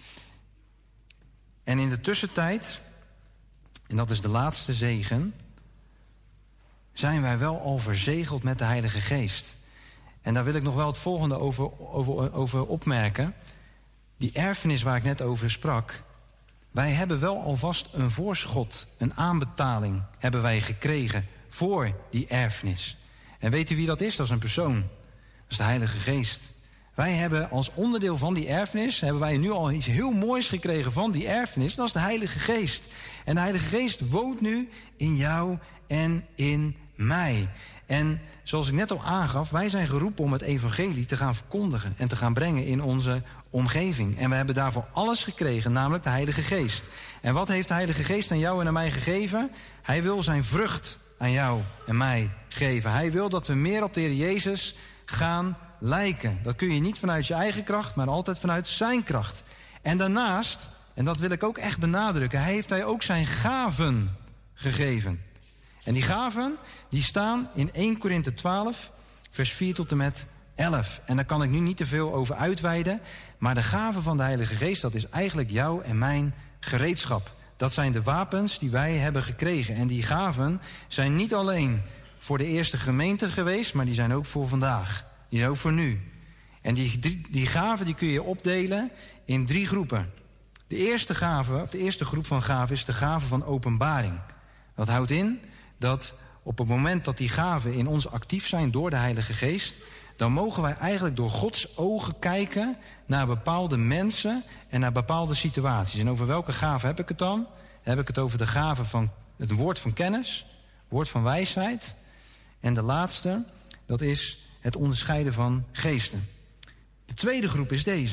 En in de tussentijd, en dat is de laatste zegen, zijn wij wel al verzegeld met de Heilige Geest. En daar wil ik nog wel het volgende over opmerken. Die erfenis waar ik net over sprak, wij hebben wel alvast een voorschot, een aanbetaling hebben wij gekregen voor die erfenis. En weet u wie dat is? Dat is een persoon. Dat is de Heilige Geest. Wij hebben als onderdeel van die erfenis, hebben wij nu al iets heel moois gekregen van die erfenis. Dat is de Heilige Geest. En de Heilige Geest woont nu in jou en in mij. En zoals ik net al aangaf, wij zijn geroepen om het evangelie te gaan verkondigen en te gaan brengen in onze omgeving. En we hebben daarvoor alles gekregen, namelijk de Heilige Geest. En wat heeft de Heilige Geest aan jou en aan mij gegeven? Hij wil zijn vrucht aan jou en mij geven. Hij wil dat we meer op de Heer Jezus gaan lijken. Dat kun je niet vanuit je eigen kracht, maar altijd vanuit zijn kracht. En daarnaast, en dat wil ik ook echt benadrukken, heeft hij ook zijn gaven gegeven. En die gaven, die staan in 1 Korinthe 12, vers 4 tot en met 11. En daar kan ik nu niet te veel over uitweiden. Maar de gaven van de Heilige Geest, dat is eigenlijk jouw en mijn gereedschap. Dat zijn de wapens die wij hebben gekregen. En die gaven zijn niet alleen voor de eerste gemeente geweest, maar die zijn ook voor vandaag. Die zijn ook voor nu. En die gaven die kun je opdelen in 3 groepen. De eerste gave, of de eerste groep van gaven is de gave van openbaring. Dat houdt in dat op het moment dat die gaven in ons actief zijn door de Heilige Geest, dan mogen wij eigenlijk door Gods ogen kijken naar bepaalde mensen en naar bepaalde situaties. En over welke gaven heb ik het dan? Dan heb ik het over de gave van het woord van kennis, woord van wijsheid. En de laatste, dat is het onderscheiden van geesten. De tweede groep is deze.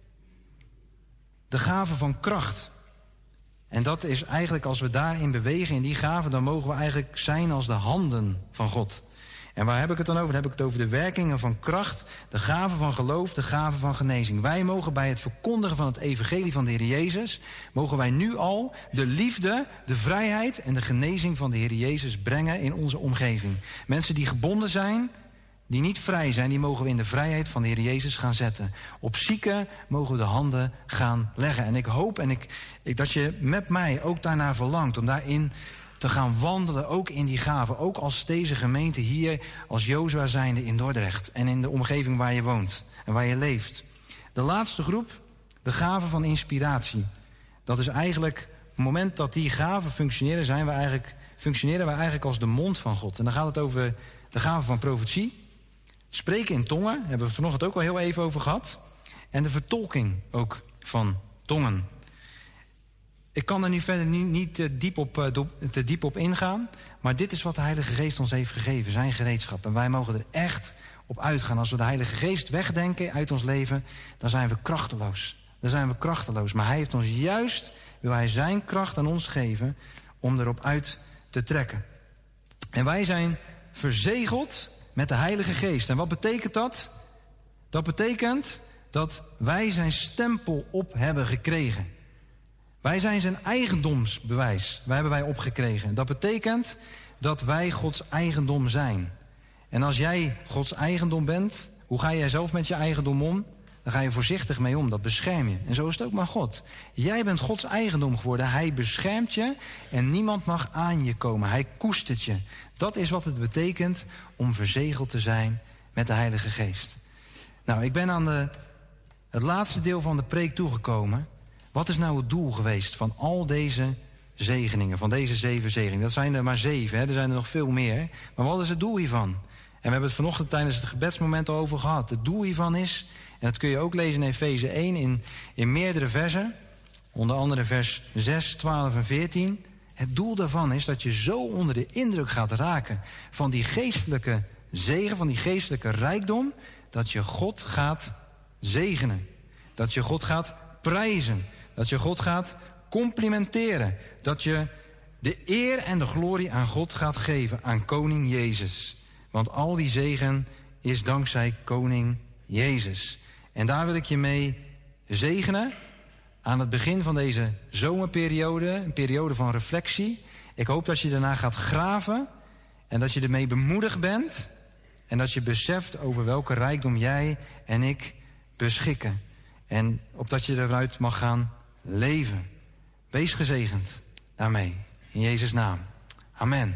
De gave van kracht. En dat is eigenlijk, als we daarin bewegen, in die gaven, dan mogen we eigenlijk zijn als de handen van God. En waar heb ik het dan over? Dan heb ik het over de werkingen van kracht, de gaven van geloof, de gaven van genezing. Wij mogen bij het verkondigen van het evangelie van de Heer Jezus, mogen wij nu al de liefde, de vrijheid en de genezing van de Heer Jezus brengen in onze omgeving. Mensen die gebonden zijn, die niet vrij zijn, die mogen we in de vrijheid van de Heer Jezus gaan zetten. Op zieken mogen we de handen gaan leggen. En ik hoop dat je met mij ook daarnaar verlangt om daarin te gaan wandelen, ook in die gaven. Ook als deze gemeente hier, als Jozua zijnde in Dordrecht en in de omgeving waar je woont en waar je leeft. De laatste groep, de gaven van inspiratie. Dat is eigenlijk, op het moment dat die gaven functioneren, functioneren wij eigenlijk als de mond van God. En dan gaat het over de gaven van profetie. Spreken in tongen, hebben we het vanochtend ook al heel even over gehad. En de vertolking ook van tongen. Ik kan er nu verder niet te diep op ingaan. Maar dit is wat de Heilige Geest ons heeft gegeven, zijn gereedschap. En wij mogen er echt op uitgaan. Als we de Heilige Geest wegdenken uit ons leven, dan zijn we krachteloos. Dan zijn we krachteloos. Maar hij heeft ons juist, wil hij zijn kracht aan ons geven om erop uit te trekken. En wij zijn verzegeld met de Heilige Geest. En wat betekent dat? Dat betekent dat wij zijn stempel op hebben gekregen. Wij zijn zijn eigendomsbewijs. Wij hebben wij opgekregen. Dat betekent dat wij Gods eigendom zijn. En als jij Gods eigendom bent, hoe ga jij zelf met je eigendom om? Dan ga je voorzichtig mee om, dat bescherm je. En zo is het ook met God. Jij bent Gods eigendom geworden. Hij beschermt je en niemand mag aan je komen. Hij koestert je. Dat is wat het betekent om verzegeld te zijn met de Heilige Geest. Nou, ik ben aan het laatste deel van de preek toegekomen. Wat is nou het doel geweest van al deze zegeningen, van deze 7 zegeningen? Dat zijn er maar 7, hè? Er zijn er nog veel meer. Maar wat is het doel hiervan? En we hebben het vanochtend tijdens het gebedsmoment al over gehad. Het doel hiervan is, en dat kun je ook lezen in Efeze 1 in meerdere versen, onder andere vers 6, 12 en 14. Het doel daarvan is dat je zo onder de indruk gaat raken van die geestelijke zegen, van die geestelijke rijkdom, dat je God gaat zegenen. Dat je God gaat prijzen. Dat je God gaat complimenteren. Dat je de eer en de glorie aan God gaat geven, aan koning Jezus. Want al die zegen is dankzij koning Jezus. En daar wil ik je mee zegenen aan het begin van deze zomerperiode. Een periode van reflectie. Ik hoop dat je daarna gaat graven en dat je ermee bemoedigd bent. En dat je beseft over welke rijkdom jij en ik beschikken. En opdat je eruit mag gaan leven. Wees gezegend daarmee. In Jezus' naam. Amen.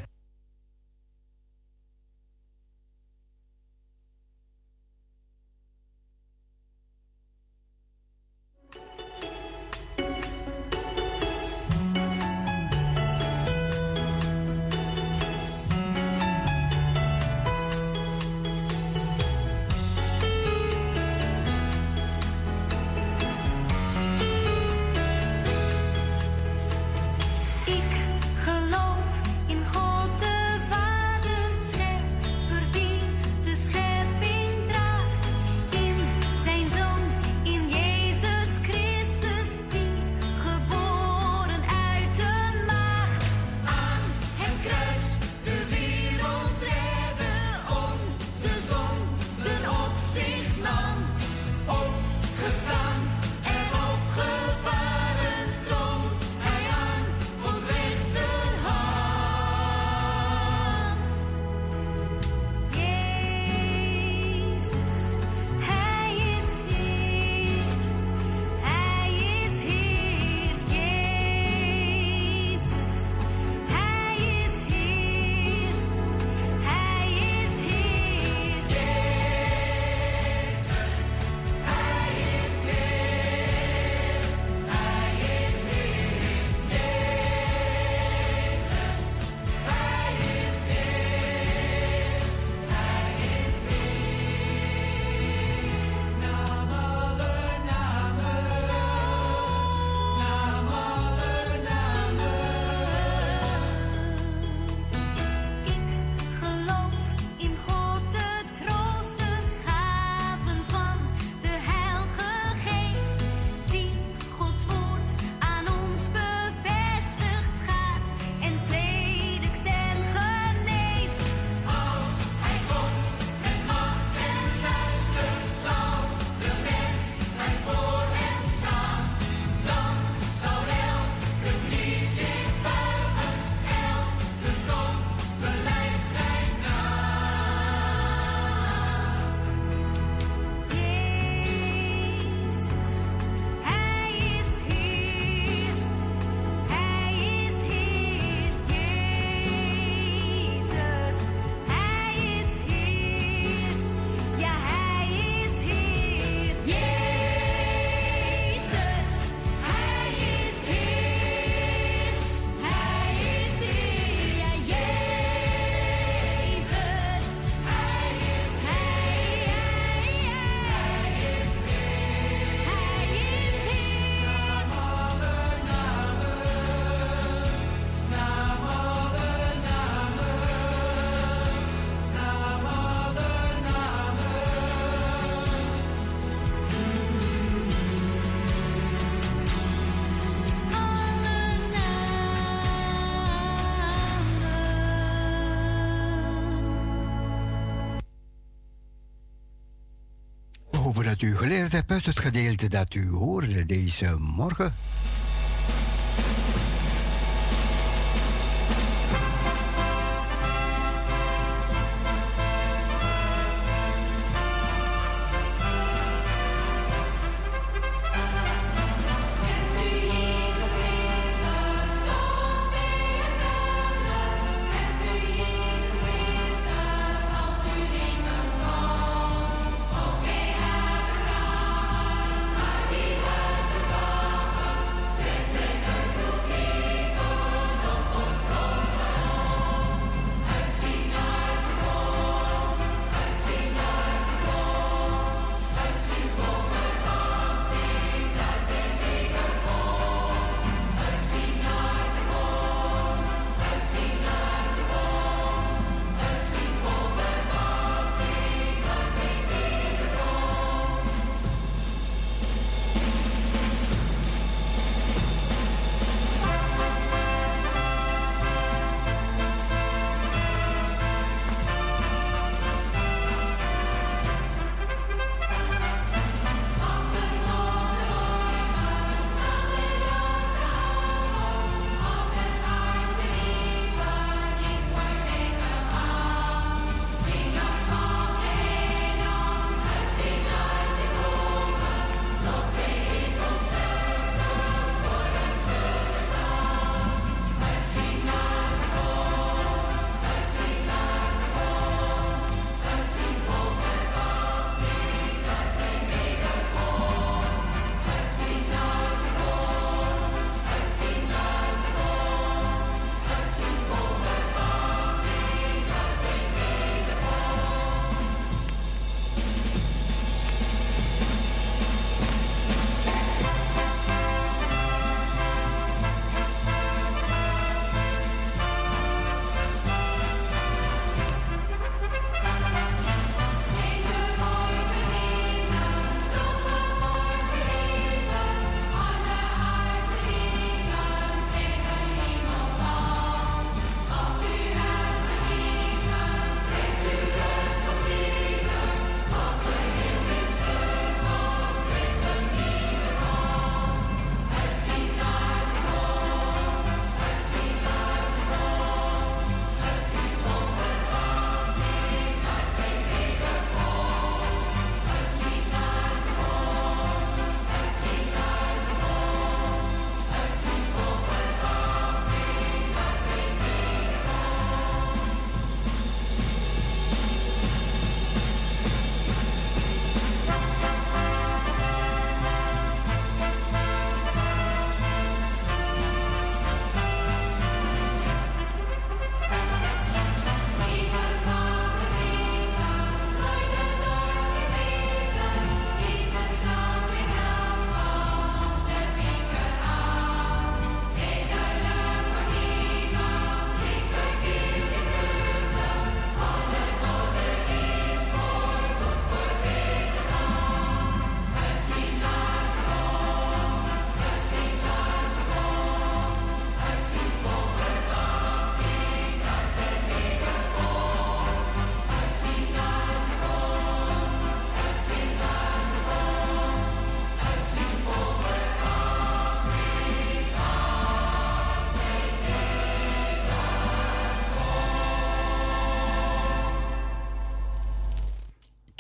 Dat u geleerd hebt uit het gedeelte dat u hoorde deze morgen.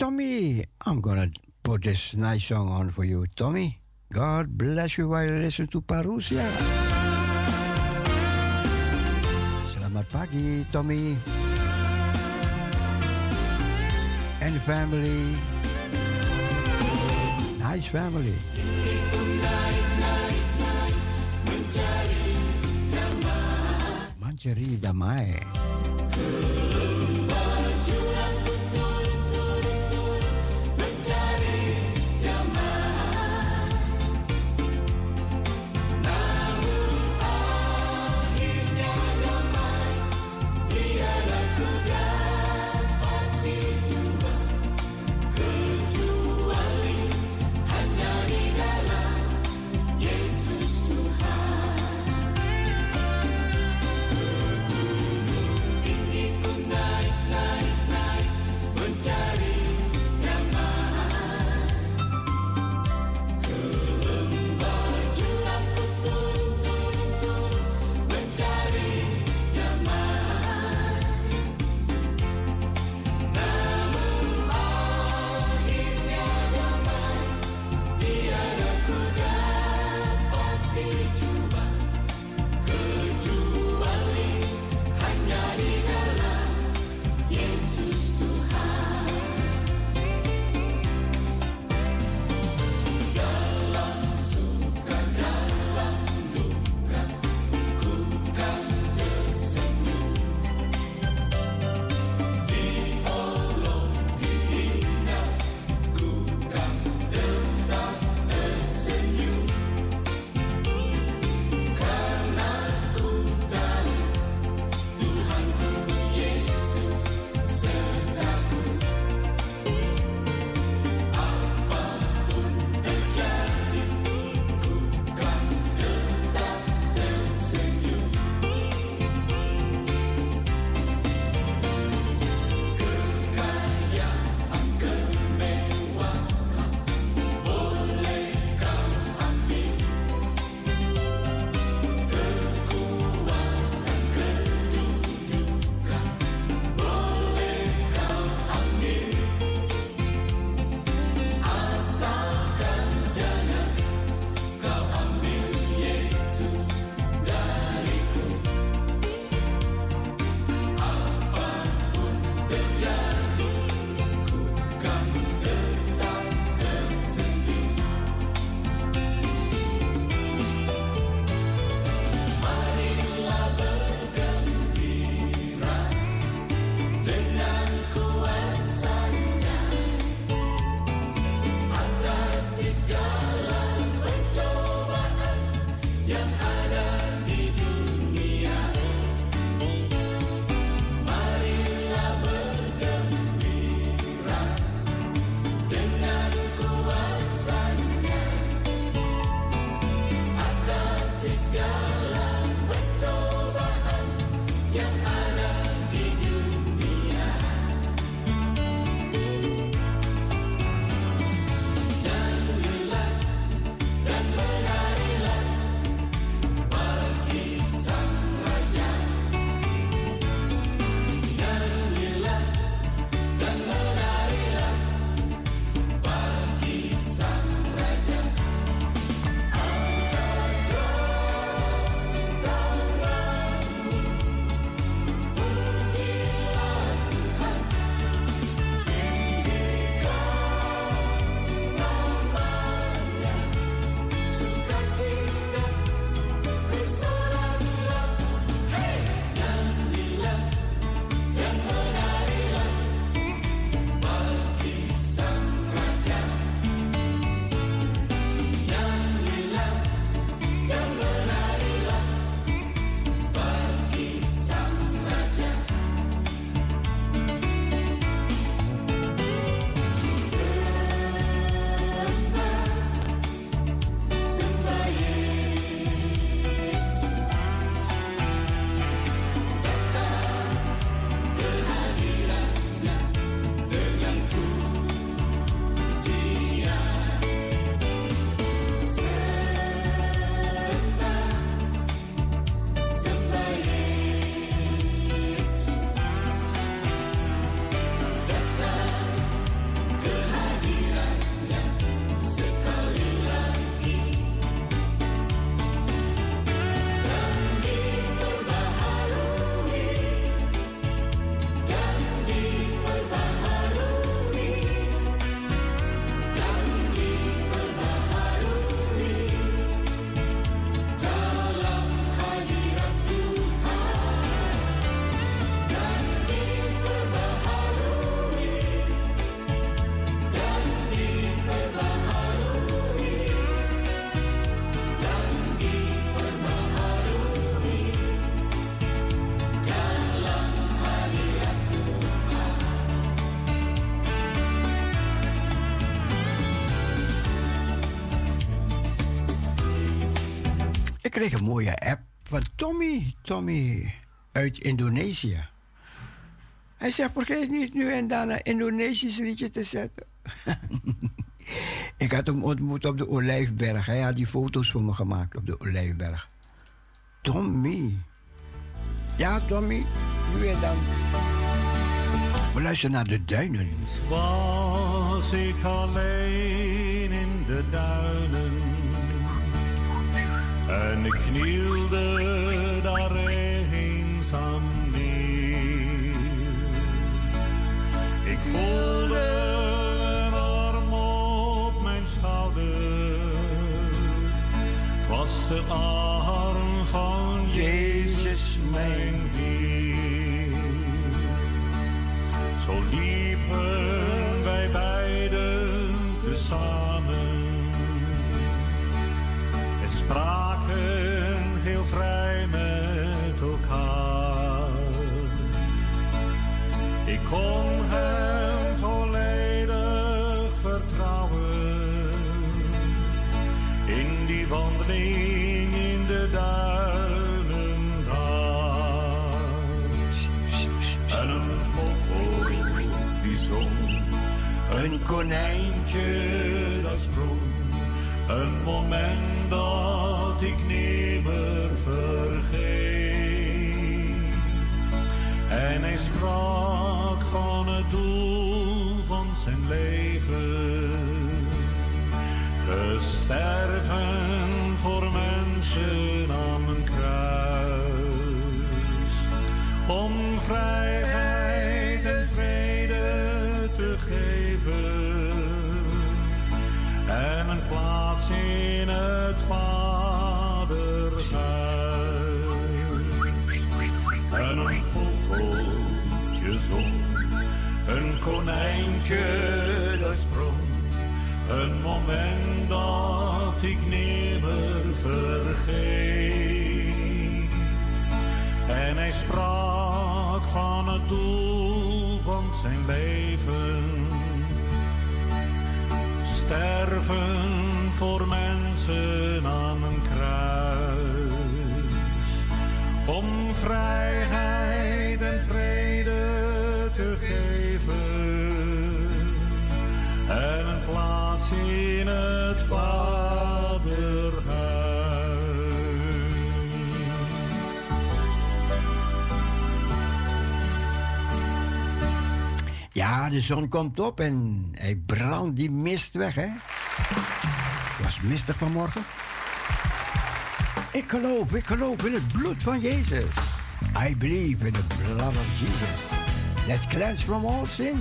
Tommy. I'm gonna put this nice song on for you, Tommy. God bless you while you listen to Parousia. Selamat pagi, Tommy. And family. Nice family. Mencari damai. Night. Ik kreeg een mooie app van Tommy. Tommy uit Indonesië. Hij zegt, vergeet niet nu en dan een Indonesisch liedje te zetten. Ik had hem ontmoet op de Olijfberg. Hij had die foto's voor me gemaakt op de Olijfberg. Tommy. Ja, Tommy. Nu en dan. We luisteren naar de duinen. Was ik alleen in de duinen en ik knielde daar eenzaam neer. Ik voelde een arm op mijn schouder. Het was de arm van Jezus mijn Heer. Zo liepen wij beiden tezamen en spraken heel vrij met elkaar. Ik kon hem volledig vertrouwen in die wandeling in de duinen daar. En een vogel die zong, een konijntje dat sprong, een moment dat ik nimmer vergeet. En hij sprak van het doel van zijn leven, te sterven voor mensen aan een kruis, om vrijheid en vrede te geven en een plaats in het Vaderhuis. En een vogeltje zong, een konijntje dat sprong, een moment dat ik nimmer vergeet. En hij sprak van het doel van zijn leven, sterven voor mensen aan een kruis, om vrijheid en vrede te geven en een plaats in het Vaderhuis. Ja, de zon komt op en hij brandt die mist weg, hè. Het was mistig vanmorgen. Ik geloof in het bloed van Jezus. I believe in the blood of Jesus. Let's cleanse from all sin.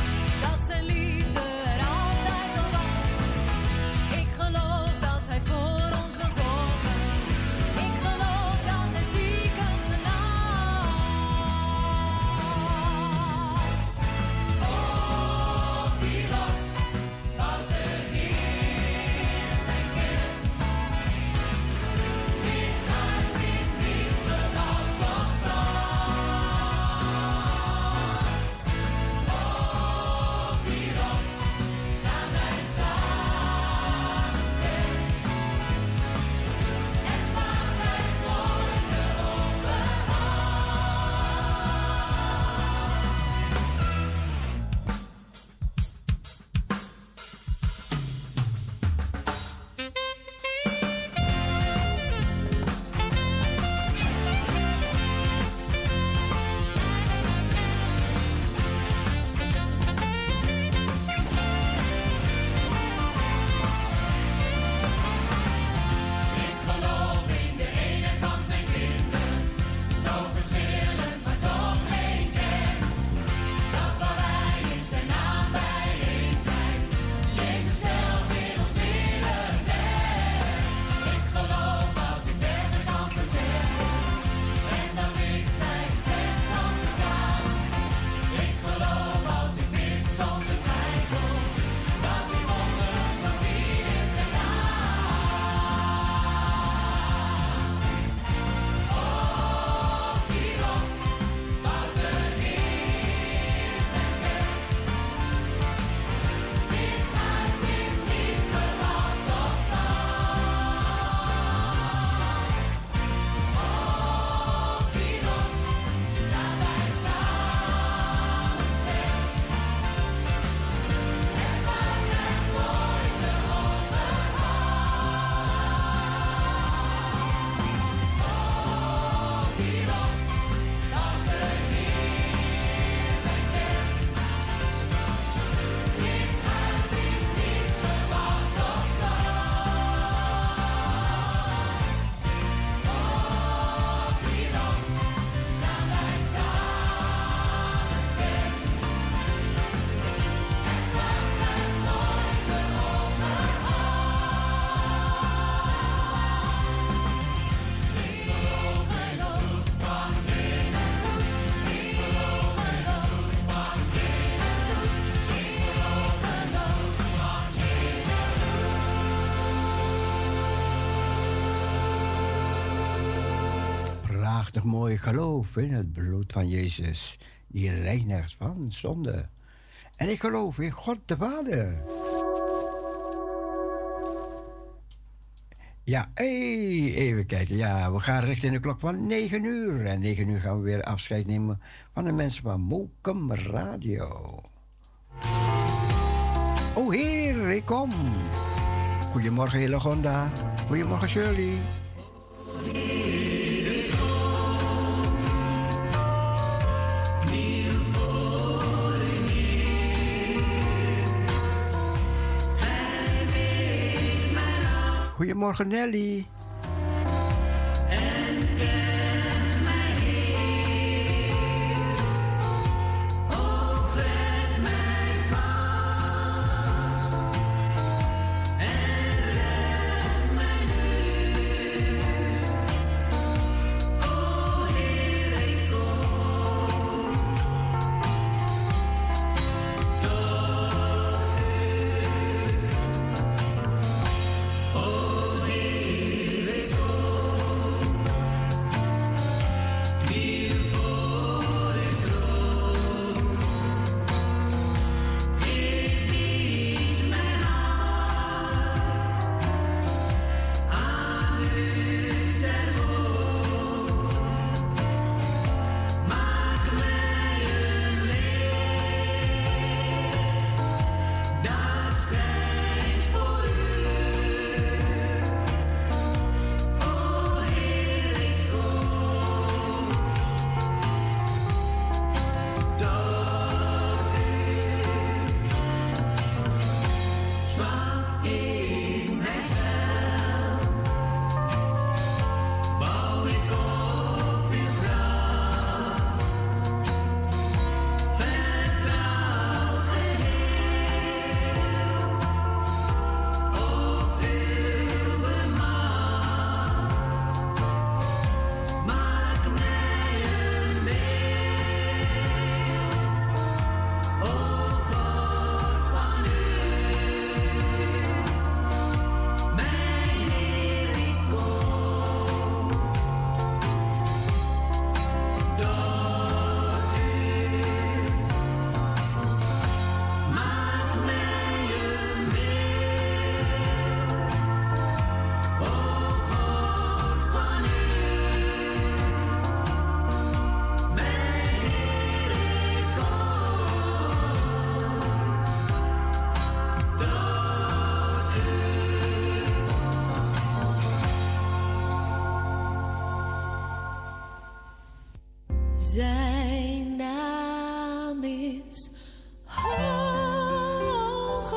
Zijn liefde er altijd al was. Ik geloof dat hij voor prachtig mooi geloof in het bloed van Jezus, die reinigt van zonde. En ik geloof in God de Vader. Ja, even kijken. Ja, we gaan richting de klok van 9 uur. En 9 uur gaan we weer afscheid nemen van de mensen van Mokum Radio. Oh Heer, ik kom. Goedemorgen Hillegonda. Goedemorgen Shirley. Goedemorgen Nelly. Zijn naam is hoger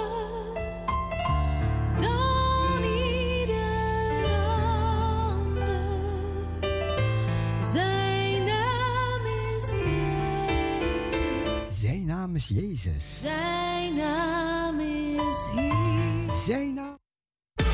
dan ieder ander. Zijn naam is Jezus. Zijn naam is Jezus. Zijn naam is hier. Zijn naam.